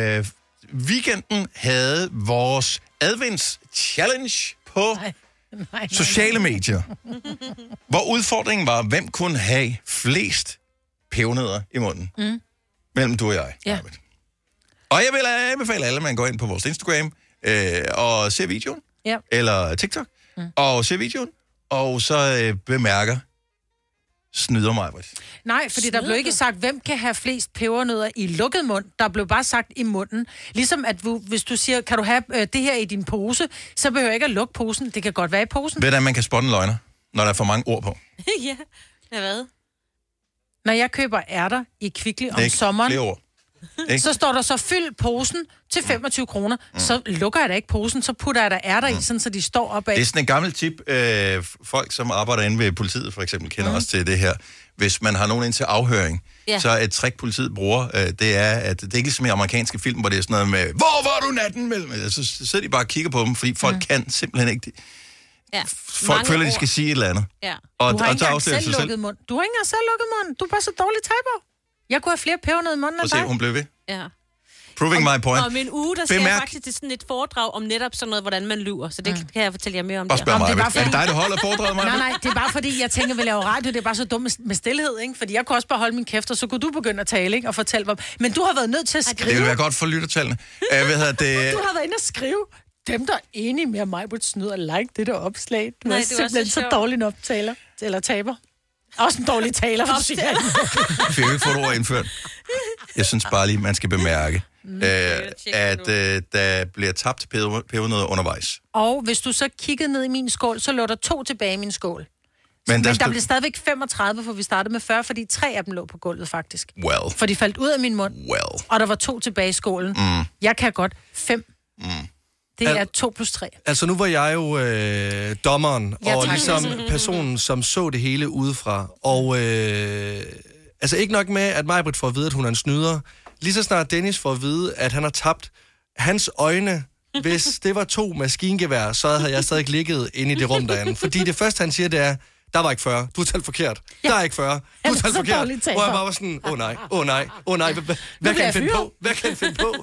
weekenden havde vores advents-challenge på sociale medier, hvor udfordringen var, hvem kunne have flest pebernødder i munden. Mellem du og jeg. Ja. Og jeg vil anbefale alle, at man går ind på vores Instagram og ser videoen, eller TikTok, og ser videoen, og så bemærker, snyder mig. Nej, fordi der blev ikke sagt, hvem kan have flest pebernødder i lukket mund. Der blev bare sagt i munden. Ligesom at hvis du siger, kan du have det her i din pose, så behøver jeg ikke at lukke posen. Det kan godt være i posen. Ved du, at man kan spotte en løgner, når der er for mange ord på? Ja, hvad? Når jeg køber ærter i Kvickly om sommeren, flere ord. Så står der så, fyld posen til 25 kroner. Så lukker jeg da ikke posen, så putter jeg der ærter i, sådan, så de står opad. Det er sådan en gammel tip. Folk, som arbejder inde ved politiet, for eksempel, kender også til det her. Hvis man har nogen ind til afhøring, så et trick, politiet bruger, det er, at det er ikke ligesom i amerikanske film, hvor det er sådan noget med, hvor var du natten mellem? Så sidder de bare og kigger på dem, fordi folk kan simpelthen ikke... Folk føler, de skal sige et eller andet. Ja. Og du har ikke engang selv lukket mund. Du har ikke engang selv lukket mund. Du er bare så dårlig taber. Jeg kunne have flere pebernødder i munden end dig. Hun blev ved. Ja. Proving my point. Og min uge, der skal jeg faktisk til sådan et foredrag om netop sådan noget, hvordan man lyver. Så det kan jeg fortælle jer mere om. Og spørg mig, er det dig, der holder foredraget, mig? Nej, det er bare fordi, jeg tænker, vi laver radio, det er bare så dumt med stillhed, ikke? Fordi jeg kunne også bare holde min kæft, og så kunne du begynde at tale, ikke? Og fortælle mig. Men du har været nødt til at skrive. Det vil være godt for lyttertallene. Du har været inde og skrive. Dem, der er enige med mig på et snyd og like det der opslag. Du er simpelthen så dårlig en optaler. Eller taber. Også en dårlig taler, for du siger. Vi fik jo ikke fået ord indført. Jeg synes bare lige, man skal bemærke, at der bliver tabt pebernødder undervejs. Og hvis du så kiggede ned i min skål, så lå der 2 tilbage i min skål. Men der blev stadigvæk 35, for vi startede med 40, fordi 3 af dem lå på gulvet, faktisk. Well. For de faldt ud af min mund, og der var 2 tilbage i skålen. Jeg kan godt 5. Det er 2 + 3. Altså, nu var jeg jo dommeren, og ligesom personen, som så det hele udefra. Og altså, ikke nok med, at Maj-Brit får at vide, at hun er en snyder. Lige så snart Dennis får at vide, at han har tabt hans øjne. Hvis det var 2 maskingevær, så havde jeg stadig ligget inde i det rum derinde. Fordi det første, han siger, det er, der var ikke 40. Du har talt forkert. Der er ikke 40. Du har talt forkert. Hvor jeg bare var sådan, åh nej. Hvad kan han finde på? Hvad kan han finde på?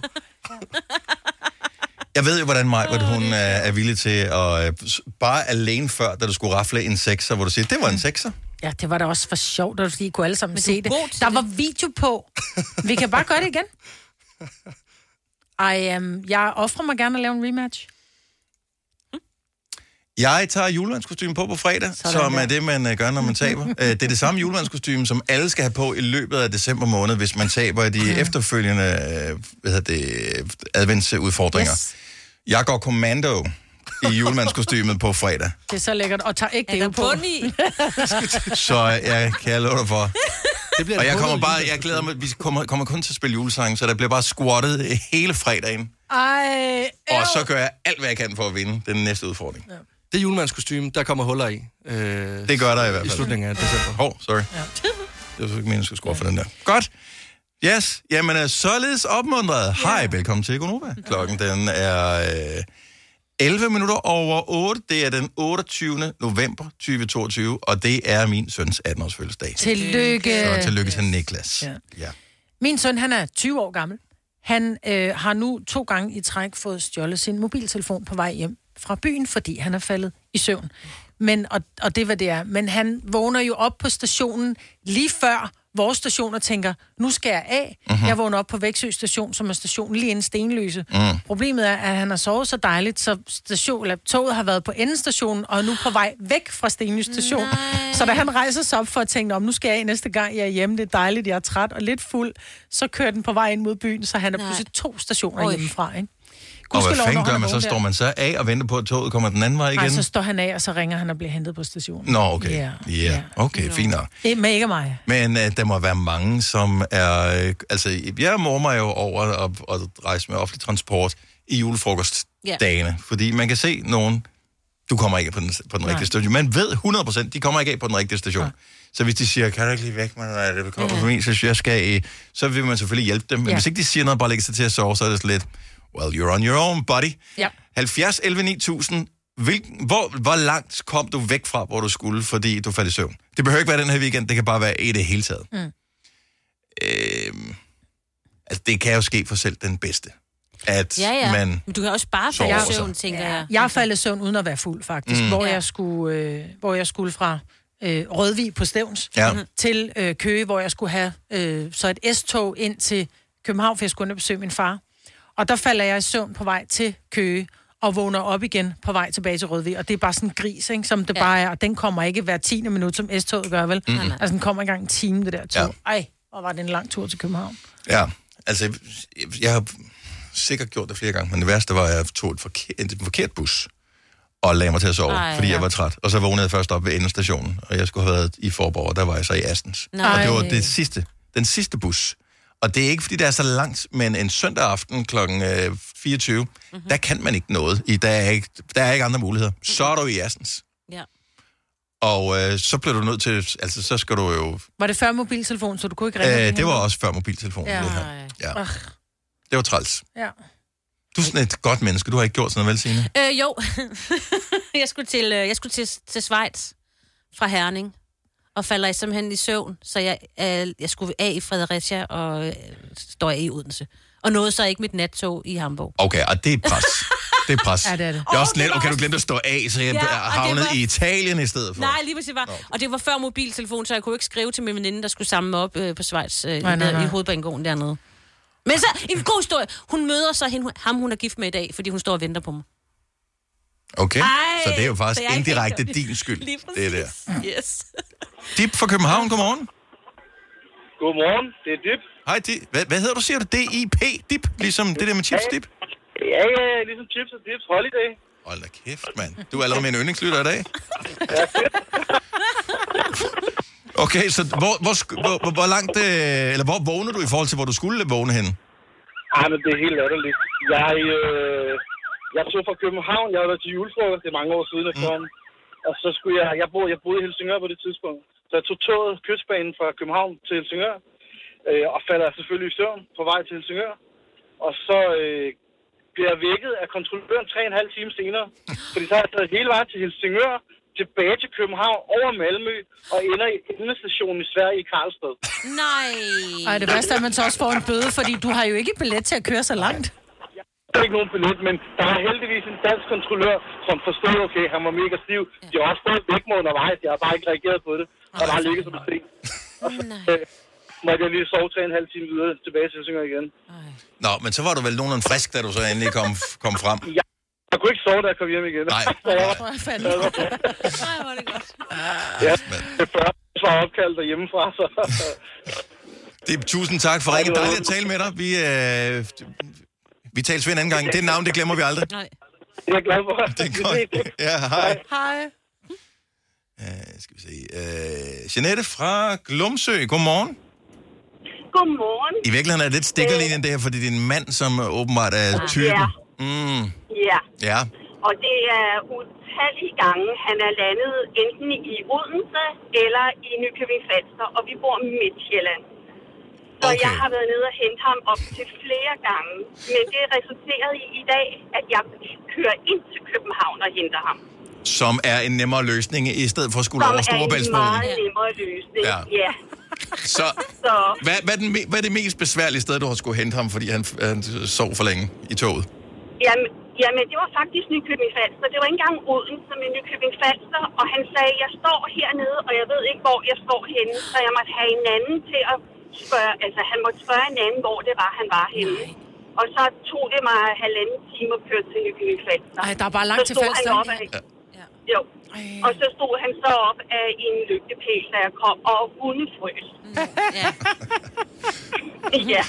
Jeg ved jo, hvordan Maj-Brit, hun er villig til at bare alene før, da du skulle rafle en 6'er, hvor du siger, det var en 6'er. Ja, det var da også for sjovt, fordi I kunne alle sammen se det. Der var video på. Vi kan bare gøre det igen. Jeg offrer mig gerne at lave en rematch. Jeg tager julemandskostyme på fredag, som er det, man gør, når man taber. Det er det samme julemandskostyme, som alle skal have på i løbet af december måned, hvis man taber de efterfølgende adventsudfordringer. Yes. Jeg går kommando i julemandskostymet på fredag. Det er så lækkert, og tager ikke det på. Så jeg kan love dig for. Og jeg glæder mig, vi kommer kun til at spille julesange, så der bliver bare squattet hele fredagen. Og så gør jeg alt, hvad jeg kan for at vinde den næste udfordring. Ja. Det julemandskostyme, der kommer huller i. Det gør der i hvert fald. I slutningen af december. Sorry. Ja. Det var så ikke meningen, at skulle score for den der. Godt. Yes. Jamen, således opmuntret. Hej, velkommen til Gonova. Klokken, den er 11 minutter over 8. Det er den 28. november 2022, og det er min søns 18-års fødselsdag. Tillykke. Så tillykke til Niklas. Ja. Min søn, han er 20 år gammel. Han har nu 2 gange i træk fået stjålet sin mobiltelefon på vej hjem fra byen, fordi han er faldet i søvn. Og det var det er. Men han vågner jo op på stationen lige før vores station og tænker, nu skal jeg af. Jeg vågner op på Væksø station, som er stationen lige inden Stenløse. Problemet er, at han har sovet så dejligt, så toget har været på endestationen, og er nu på vej væk fra Stenløse station. Så da han rejser sig op for at tænke, nu skal jeg af næste gang, jeg er hjemme, det er dejligt, jeg er træt og lidt fuld, så kører den på vej ind mod byen, så han er pludselig 2 stationer hjemmefra, ikke? Og hvad fanden gør man så? Står man så af og venter på, at toget kommer den anden vej igen? Nej, så står han af, og så ringer han og bliver hentet på stationen. Nå, okay. Ja. Okay, fint nok. Men ikke mig. Men der må være mange, som er... altså, jeg mormer mig jo over at rejse med offentlig transport i julefrokostdagene. Fordi man kan se nogen... Du kommer ikke på den rigtige station. Man ved 100%, de kommer ikke af på den rigtige station. Så hvis de siger, kan du ikke lige væk, man, det kommer for mig, så jeg skal så vil man selvfølgelig hjælpe dem. Men hvis ikke de siger noget, bare lægge sig til at sove, så er det sådan lidt... Well, you're on your own, buddy. Ja. 70 11 9000. Hvor langt kom du væk fra, hvor du skulle, fordi du faldt i søvn? Det behøver ikke være den her weekend, det kan bare være i det hele taget. Altså, det kan jo ske for selv den bedste. At man... Men du kan også bare falde i søvn, tænker jeg. Jeg faldt i søvn uden at være fuld, faktisk. Hvor jeg skulle fra Rødvig på Stevns til Køge, hvor jeg skulle have så et S-tog ind til København, for jeg skulle besøge min far. Og der falder jeg i søvn på vej til Køge, og vågner op igen på vej tilbage til Rødvig. Og det er bare sådan en gris, ikke, som det bare er. Og den kommer ikke hver 10. minut, som S-toget gør, vel? Altså, den kommer engang en time, det der tog. Ej, og var det en lang tur til København. Ja, altså, jeg har sikkert gjort det flere gange, men det værste var, at jeg tog en forkert bus, og lagde mig til at sove, fordi jeg var træt. Og så vågnede jeg først op ved endestationen, og jeg skulle have været i Forborg, og der var jeg så i Astens. Og det var den sidste bus. Og det er ikke, fordi det er så langt, men en søndag aften kl. 24, der kan man ikke noget. Der er ikke andre muligheder. Så er du i Astens. Ja. Og så bliver du nødt til, altså så skal du jo... Var det før mobiltelefon, så du kunne ikke ringe? Det var også før mobiltelefonen, det her. Ja. Det var træls. Ja. Du er sådan et godt menneske. Du har ikke gjort sådan noget, vel, Signe? Jo. jeg skulle til Schweiz fra Herning. Og falder jeg simpelthen i søvn, så jeg skulle af i Fredericia og står i Odense. Og nåede så ikke mit nattog i Hamburg. Okay, og det er pres. Det er pres. Ja, det er det. Jeg er også lidt, okay, du glemte at stå af, så jeg havnede i Italien i stedet for. Nej, lige præcis var. Okay. Og det var før mobiltelefon, så jeg kunne ikke skrive til min veninde, der skulle samle mig op på Schweiz i hovedbanegården dernede. Men så, en god historie. Hun møder så ham, hun er gift med i dag, fordi hun står og venter på mig. Okay, så det er jo faktisk indirekte din skyld. Lige præcis. Det der. Yes. Dip fra København, godmorgen. Godmorgen, det er Dip. Hej, Dip. Hvad hedder du, siger du? D-I-P? Dip? Ligesom det der med chips, Dip? Ja, ligesom chips og dips. Holiday. Hold da kæft, mand. Du er allerede med en yndlingslytter i dag. Okay, så hvor langt, eller hvor vågner du i forhold til, hvor du skulle vågne henne? Men det er helt latterligt. Jeg tog fra København, jeg var til julefrokost, det er mange år siden efterhånden. Og så skulle jeg boede i Helsingør på det tidspunkt. Så jeg tog toget, kystbanen fra København til Helsingør, og falder selvfølgelig i søvn på vej til Helsingør. Og så bliver jeg vækket af kontrolløren 3,5 timer senere. Fordi så har jeg taget hele vejen til Helsingør, tilbage til København, over Malmø, og ender i endestationen i Sverige i Karlstad. Nej. Ej, det værste er, at man så også får en bøde, fordi du har jo ikke billet til at køre så langt. Der er ikke nogen billet, men der er heldigvis en dansk kontrollør, som forstod, okay, han var mega stiv. De har også fået væk mod undervejs, jeg har bare ikke reageret på det. Og bare ligget som en sten. Og så måtte jeg lige sove 3,5 timer videre tilbage til Helsingør igen. Nå, men så var du vel nogenlunde frisk, da du så endelig kom frem. Jeg kunne ikke sove, da jeg kom hjem igen. Nej. Nej, hvor er det godt. Ja, det før var opkaldt derhjemmefra, så... Tusind tak for ringen. Dejligt at tale med dig. Vi tales ved en anden gang. Det navn, det glemmer vi aldrig. Nej. Jeg er glad for. Det er godt. Ja, hej. Hej. Skal vi se. Jeanette fra Glumsø. Godmorgen. Godmorgen. I virkeligheden er det lidt stikkerlinjen det her, fordi det er en mand, som åbenbart er typen. Ja. Og det er utallige gange, han er landet enten i Odense eller i Nykøbing Falster, og vi bor i Midtjylland. Så jeg har været nede og hente ham op til flere gange. Men det resulterede i dag, at jeg kører ind til København og henter ham. Som er en nemmere løsning, i stedet for at skulle over Storebæltsbroen. Som er en meget nemmere løsning, ja. Så hvad er det mest besværlige sted, du har skulle hente ham, fordi han sov for længe i toget? Jamen, det var faktisk Nykøbing Falster. Det var ikke engang Odense, men Nykøbing Falster. Og han sagde, jeg står hernede, og jeg ved ikke, hvor jeg står henne. Så jeg måtte have en anden til at spørge, altså han måtte spørge en anden, hvor det var, han var henne. Og så tog det mig 1,5 time at køre til Nykøbing Falster. Ej, der er bare langt til Falster. Jo. Og så stod han så op af en lygtepæl, da jeg kom, og hundefrøs. Ja.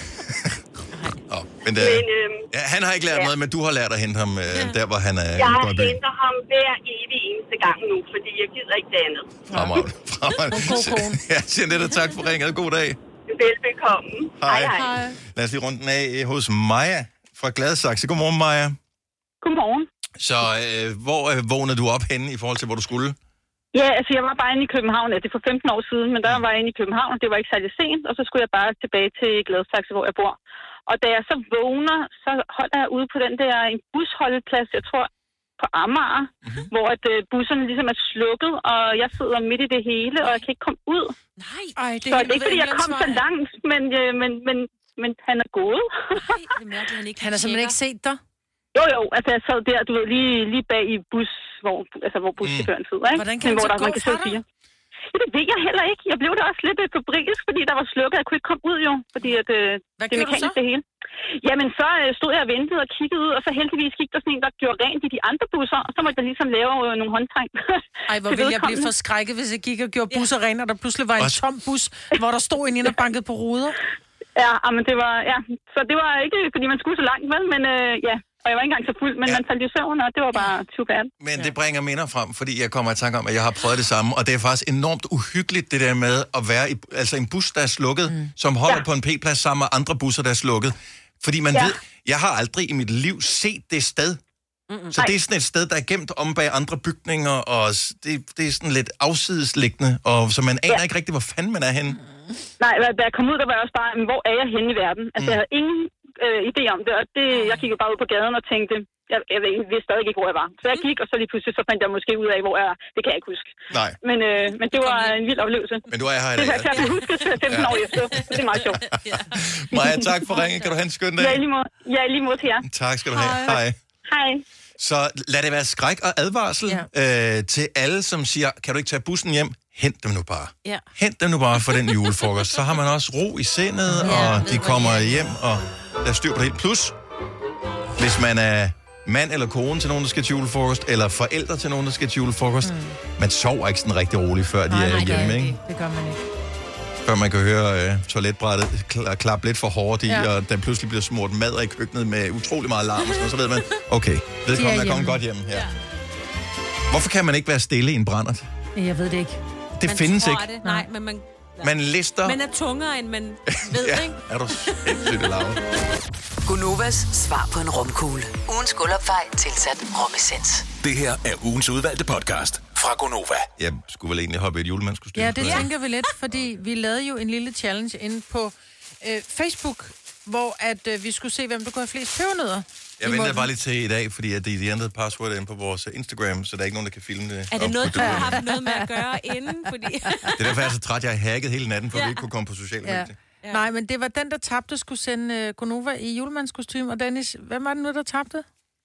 Han har ikke lært noget, men du har lært at hente ham der, hvor han er. Jeg henter ham hver evig eneste gang nu, fordi jeg gider ikke det andet. Fremragende. Ja, Jeanette, tak for ringet. God dag. Velbekomme. Hej. Lad os lige rundt den af hos Maja fra Gladsaxe. Godmorgen, Maja. Godmorgen. Så hvor vågnede du op henne i forhold til, hvor du skulle? Ja, altså jeg var bare inde i København, det er for 15 år siden, men der var jeg inde i København, og det var ikke særlig sent, og så skulle jeg bare tilbage til Gladsaxe, hvor jeg bor. Og da jeg så vågner, så holder jeg ude på den der en busholdeplads, jeg tror på Amager, hvor at busserne ligesom er slukket, og jeg sidder midt i det hele, og jeg kan ikke komme ud. Nej. Så det er ikke, fordi jeg kom så langt, men han er gået. Han har simpelthen ikke set dig? Jo, altså jeg sad der, du ved, lige bag i bus, hvor buschaufføren sidder, ikke? Hvordan kan han så gå fra dig? Ja, det ved jeg heller ikke. Jeg blev da også lidt febrilsk, fordi der var slukket. Jeg kunne ikke komme ud jo, fordi at, hvad det mekaniske det hele. Jamen, så stod jeg og ventede og kiggede ud, og så heldigvis gik der sådan en, der gjorde rent i de andre busser, og så måtte jeg ligesom lave nogle håndtræng. Ej, hvor ville jeg blive forskrækket, hvis jeg gik og gjorde busser rent, og der pludselig var en tom bus, hvor der stod en ind og bankede på ruder. Ja, men det var, så det var ikke, fordi man skulle så langt, vel, men ja. Og jeg var ikke engang så fuld, men man faldt i søvn, og det var bare too bad. Men det bringer minder frem, fordi jeg kommer i tanke om, at jeg har prøvet det samme, og det er faktisk enormt uhyggeligt, det der med at være i en bus, der er slukket, som holder på en P-plads sammen med andre busser, der er slukket. Fordi man ved, jeg har aldrig i mit liv set det sted. Så det er sådan et sted, der er gemt om bag andre bygninger, og det er sådan lidt afsidesliggende, og så man aner ikke rigtigt, hvor fanden man er henne. Nej, da jeg kom ud, der var jeg også bare, hvor er jeg henne i verden? Altså, jeg havde ingen idé om det, og jeg kiggede bare ud på gaden og tænkte, jeg vidste stadig ikke, hvor jeg var. Så jeg gik, og så lige pludselig, så fandt jeg måske ud af, hvor jeg er. Det kan jeg ikke huske. Nej. Men det var en vild oplevelse. Men du er her i dag. Det kan jeg huske til 15 år efter. Det er meget sjovt. Maja, tak for ringen. Kan du have en skøn dag? Ja, lige mod til jer. Tak skal du have. Hej. Hej. Så lad det være skræk og advarsel til alle, som siger, kan du ikke tage bussen hjem? Hent dem nu bare. Ja. Hent dem nu bare for den julefrokost. Så har man også ro i sindet, og de kommer hjem, og der er styr på det helt. Plus, hvis man er mand eller kone til nogen, der skal til julefrokost, eller forældre til nogen, der skal til julefrokost. Man sover ikke sådan rigtig roligt, før de er hjemme, ikke? Det gør man ikke. Før man kan høre toiletbrættet klappe lidt for hårdt i, og der pludselig bliver smurt mad i køkkenet med utrolig meget larm, og så ved man, okay, vedkommende er kommet godt hjem her. Ja. Hvorfor kan man ikke være stille i en brændert? Jeg ved det ikke. Det man findes ikke. Det. Nej, men man lister. Man er tungere, end man ved, ja, ikke? Er du sindssygt lavet. Gunovas svar på en romkugle. Ugens guldopfej tilsat romessens. Det her er ugens udvalgte podcast fra Gonova. Jeg skulle vel egentlig hoppe i et julemandskostyme. Ja, det tænker vi lidt, fordi vi lavede jo en lille challenge inde på Facebook, hvor at vi skulle se, hvem der kunne have flest pebernødder. Jeg venter bare lige til i dag, fordi at de ændrede password inde på vores Instagram, så der er ikke nogen, der kan filme det. Er det noget, du har haft noget med at gøre inden? Fordi... Det er derfor, jeg er så træt, jeg har hacket hele natten, for vi ikke kunne komme på sociale medier. Ja. Nej, men det var den, der tabte, skulle sende Gonova i julemandskostyme. Og Dennis, hvem var det nu, der tabte?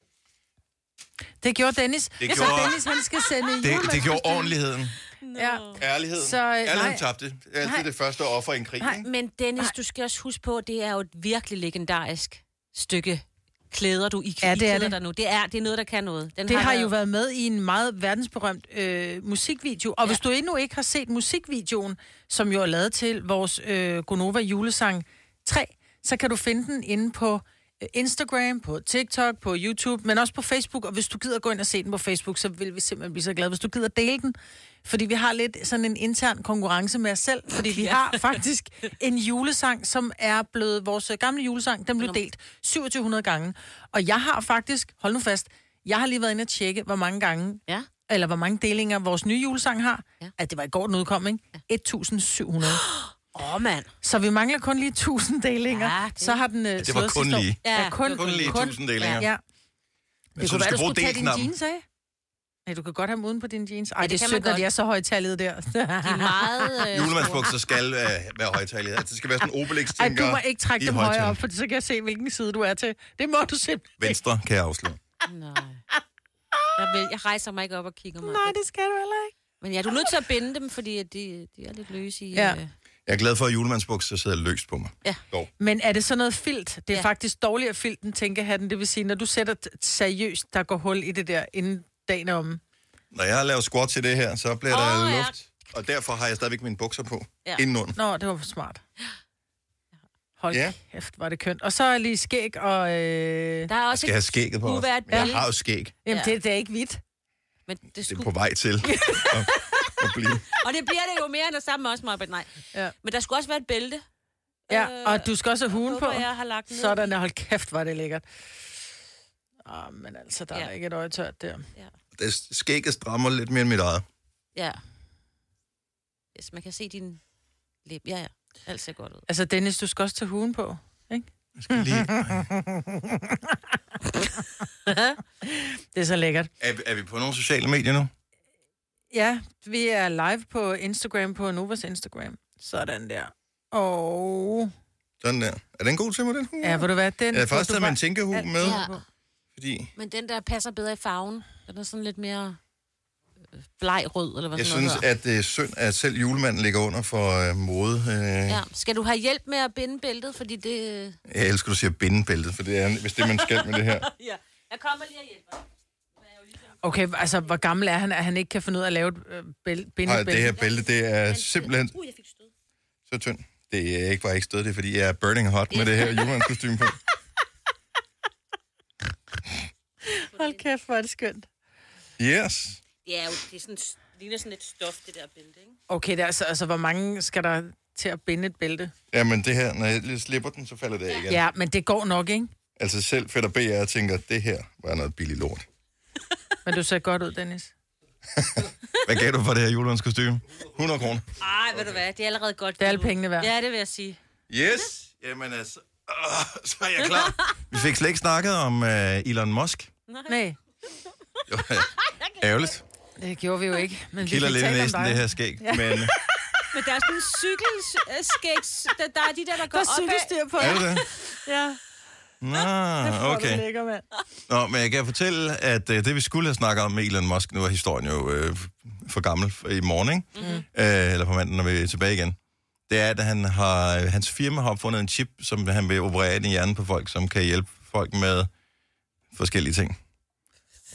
Det gjorde Dennis. Det gjorde... Dennis, han skal sende i julemandskostyme. Det gjorde ordentligheden. Ja. Ærligheden. Ærligheden tabte. Det er altid det første offer i en krig. Men Dennis, du skal også huske på, at det er jo et virkelig legendarisk stykke klæder, du klæder dig nu. Det er noget, der kan noget. Det har jo været med i en meget verdensberømt musikvideo. Og hvis du endnu ikke har set musikvideoen, som jo er lavet til vores Gonova julesang 3, så kan du finde den inde på Instagram, på TikTok, på YouTube, men også på Facebook. Og hvis du gider gå ind og se den på Facebook, så vil vi simpelthen blive så glade, hvis du gider dele den. Fordi vi har lidt sådan en intern konkurrence med os selv, fordi vi har faktisk en julesang, som er blevet vores gamle julesang, den blev delt 2700 gange. Og jeg har faktisk, hold nu fast, jeg har lige været inde og tjekke, hvor mange gange, eller hvor mange delinger vores nye julesang har. At det var i går, den udkom, ikke? 1700. Mand. Så vi mangler kun lige 1000 delinger. Det... Så har den det var kun lige. Ja, kun lige 1000 delinger. Ja. Det kunne være, du skulle tage dine jeans af. Nej, du kan godt have dem uden på dine jeans. Ej, det er sødt, når de er så højtalede der. De er meget... Julemandsbukser skal være højtalede. Altså, det skal være sådan en Obelix-tænker. Ej, du må ikke trække dem højere op, for så kan jeg se, hvilken side du er til. Det må du simpelthen. Venstre kan jeg afsløre. Nej. Jeg rejser mig ikke op og kigger mig. Nej, det skal du heller ikke. Men ja, du er nødt til at binde dem, fordi de er lidt løse i... Ja. Jeg er glad for, at julemandsbukser sidder løst på mig. Ja. Men er det så noget filt? Det er faktisk dårligere filt end tænkehatten. Det vil sige, når du sætter seriøst, der går hul i det der inden dagen om. Når jeg laver squat til det her, så bliver der luft. Og derfor har jeg stadigvæk mine bukser på. Indenunder. Nå, det var for smart. Hold kæft, var det kønt. Og så er lige skæg og... Der er også skal have skægget på. Jeg har jo skæg. Jamen, det er ikke hvidt. Men det er på vej til at blive. Og det bliver det jo mere end det samme også, Marbet. Nej. Ja. Men der skulle også være et bælte. Ja, og du skal også have huen på. Jeg har lagt ned. Sådan, hold kæft, var det lækkert. Men altså, der er ikke et øje tørt der. Ja. Det skægget strammer lidt mere end mit eget. Ja. Yes, man kan se din læb. Ja. Alt ser godt ud. Altså, Dennis, du skal også tage huen på, ikke? Jeg skal lige... Det er så lækkert. Er vi på nogle sociale medier nu? Ja, vi er live på Instagram, på Novas Instagram. Sådan der. Og... Sådan der. Er den god til mig, den hue? Ja, ved du hvad? Den... Jeg har faktisk taget min tænkehue med. Ja. Fordi... Men den der passer bedre i farven. Den er sådan lidt mere blegrød, eller hvad jeg sådan noget. Jeg synes, at det er synd, at selv julemanden ligger under for mode. Ja. Skal du have hjælp med at binde bæltet, fordi det... Jeg elsker, du siger binde bæltet, for det er, hvis det man skal med det her. Ja, jeg kommer lige og hjælper. Okay, altså, hvor gammel er han, at han ikke kan finde ud af at lave et bindebælte? Nej, det her bælte, det er simpelthen så tyndt. Det er ikke bare ikke stød, det er, fordi jeg er burning hot med det her julemandskostyme på. Hold kæft, hvor er det skønt. Yes. Ja, det er sådan, ligner sådan et stof, det der bælte, ikke? Okay, det er altså, hvor mange skal der til at binde et bælte? Jamen, det her, når jeg slipper den, så falder det af igen. Ja, men det går nok, ikke? Altså selv Fætter B, jeg tænker, at det her var noget billig lort. Men du ser godt ud, Dennis. Hvad gav du for det her julemandskostyme? 100 kroner. Ej, ved du hvad, det er allerede godt. Det er alle pengene værd. Ja, det vil jeg sige. Yes! Jamen altså, så er jeg klar. Vi fik slet ikke snakket om Elon Musk. Nej. Jo, ærgerligt. Det gjorde vi jo ikke. Men kilder lidt i næsten det her skæg, ja. Men der er sådan en cykelskæg, der er de der går opad. Der er cykelstyr på. Er det? Ja. Nå, okay. Lækker, mand. Nå, men jeg kan fortælle, at det vi skulle have snakket om med Elon Musk, nu er historien jo for gammel i morgen, ikke? Mm-hmm. Eller på mandag, når vi er tilbage igen. Det er, at hans firma har opfundet en chip, som han vil operere ind i hjernen på folk, som kan hjælpe folk med forskellige ting.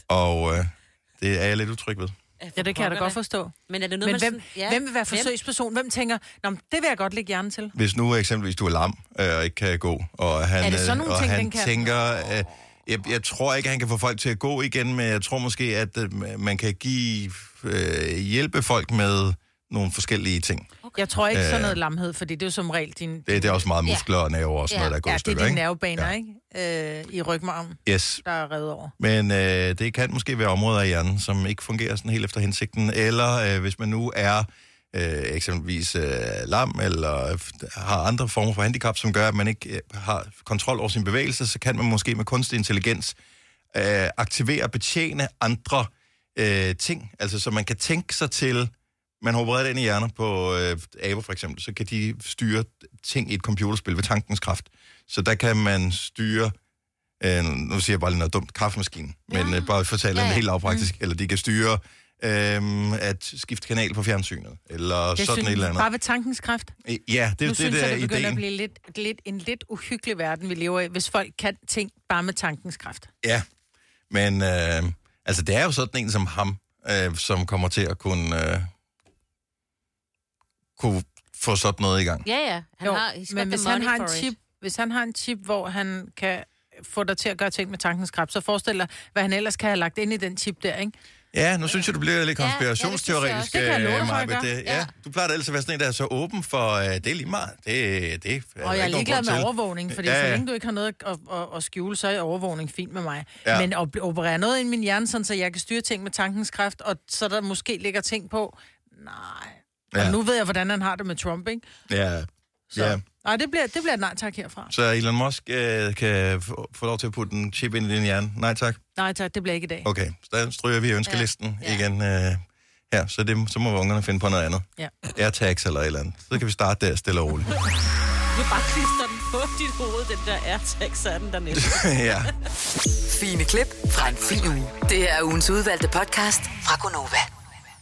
Og det er jeg lidt utryg ved. Ja, det kan jeg da godt forstå. Men er det noget, hvem vil være forsøgsperson? Hvem tænker, det vil jeg godt lægge hjernen til? Hvis nu eksempelvis du er lam og ikke kan gå, og han, er det sådan nogle ting, han tænker... Jeg tror ikke, at han kan få folk til at gå igen, men jeg tror måske, at man kan hjælpe folk med nogle forskellige ting. Okay. Jeg tror ikke sådan noget lamhed, fordi det er jo som regel din... Det er også meget muskler og nerver og sådan noget, der går stykker, det er dine nervebaner, ikke? I rygmarven, der er revet over. Men det kan måske være områder af hjernen, som ikke fungerer sådan helt efter hensigten, eller hvis man nu er eksempelvis lam, eller har andre former for handicap, som gør, at man ikke har kontrol over sin bevægelse, så kan man måske med kunstig intelligens aktivere og betjene andre ting. Altså, så man kan tænke sig til, man har opereret ind i hjerner på aber for eksempel, så kan de styre ting i et computerspil ved tankens kraft. Så der kan man styre, nu siger jeg bare lige noget dumt, kaffemaskinen, men bare fortælle en helt lavpraktisk, eller de kan styre at skifte kanal på fjernsynet, eller det sådan et eller andet. Bare ved tankens kraft? Ja, det er det, der er ideen. Nu synes jeg, det begynder at blive en lidt uhyggelig verden, vi lever i, hvis folk kan ting bare med tankens kraft. Ja, men altså det er jo sådan en som ham, som kommer til at kunne få sådan noget i gang. Ja. Men hvis han har en chip, hvor han kan få dig til at gøre ting med tankens kraft, så forestil dig, hvad han ellers kan have lagt ind i den chip der, ikke? Ja, nu synes jeg, du bliver lidt konspirationsteoretisk. Det kan jeg love for, ja. Du plejer altid at være sådan en, der er så åben for, det er lige meget. Det er og jeg er ligeglad med overvågning, fordi så længe du ikke har noget at skjule, så er overvågning fint med mig. Ja. Men at operere noget i min hjerne, sådan, så jeg kan styre ting med tankens kraft, og så der måske ligger ting på, nej. Og nu ved jeg, hvordan han har det med Trump, ikke? Ja. Så. Nej, det bliver et nej tak herfra. Så Elon Musk kan få lov til at putte en chip ind i din hjerne? Nej tak? Nej tak, det bliver ikke i dag. Okay, så der stryger vi ønskelisten igen her. Så må ungerne finde på noget andet. Ja. AirTags eller et eller andet. Så kan vi starte der stille og roligt. Du bare klister den på dit hoved, den der AirTags, så er den dernede. Ja. Fine klip fra en fin uge. Det er ugens udvalgte podcast fra Gonova.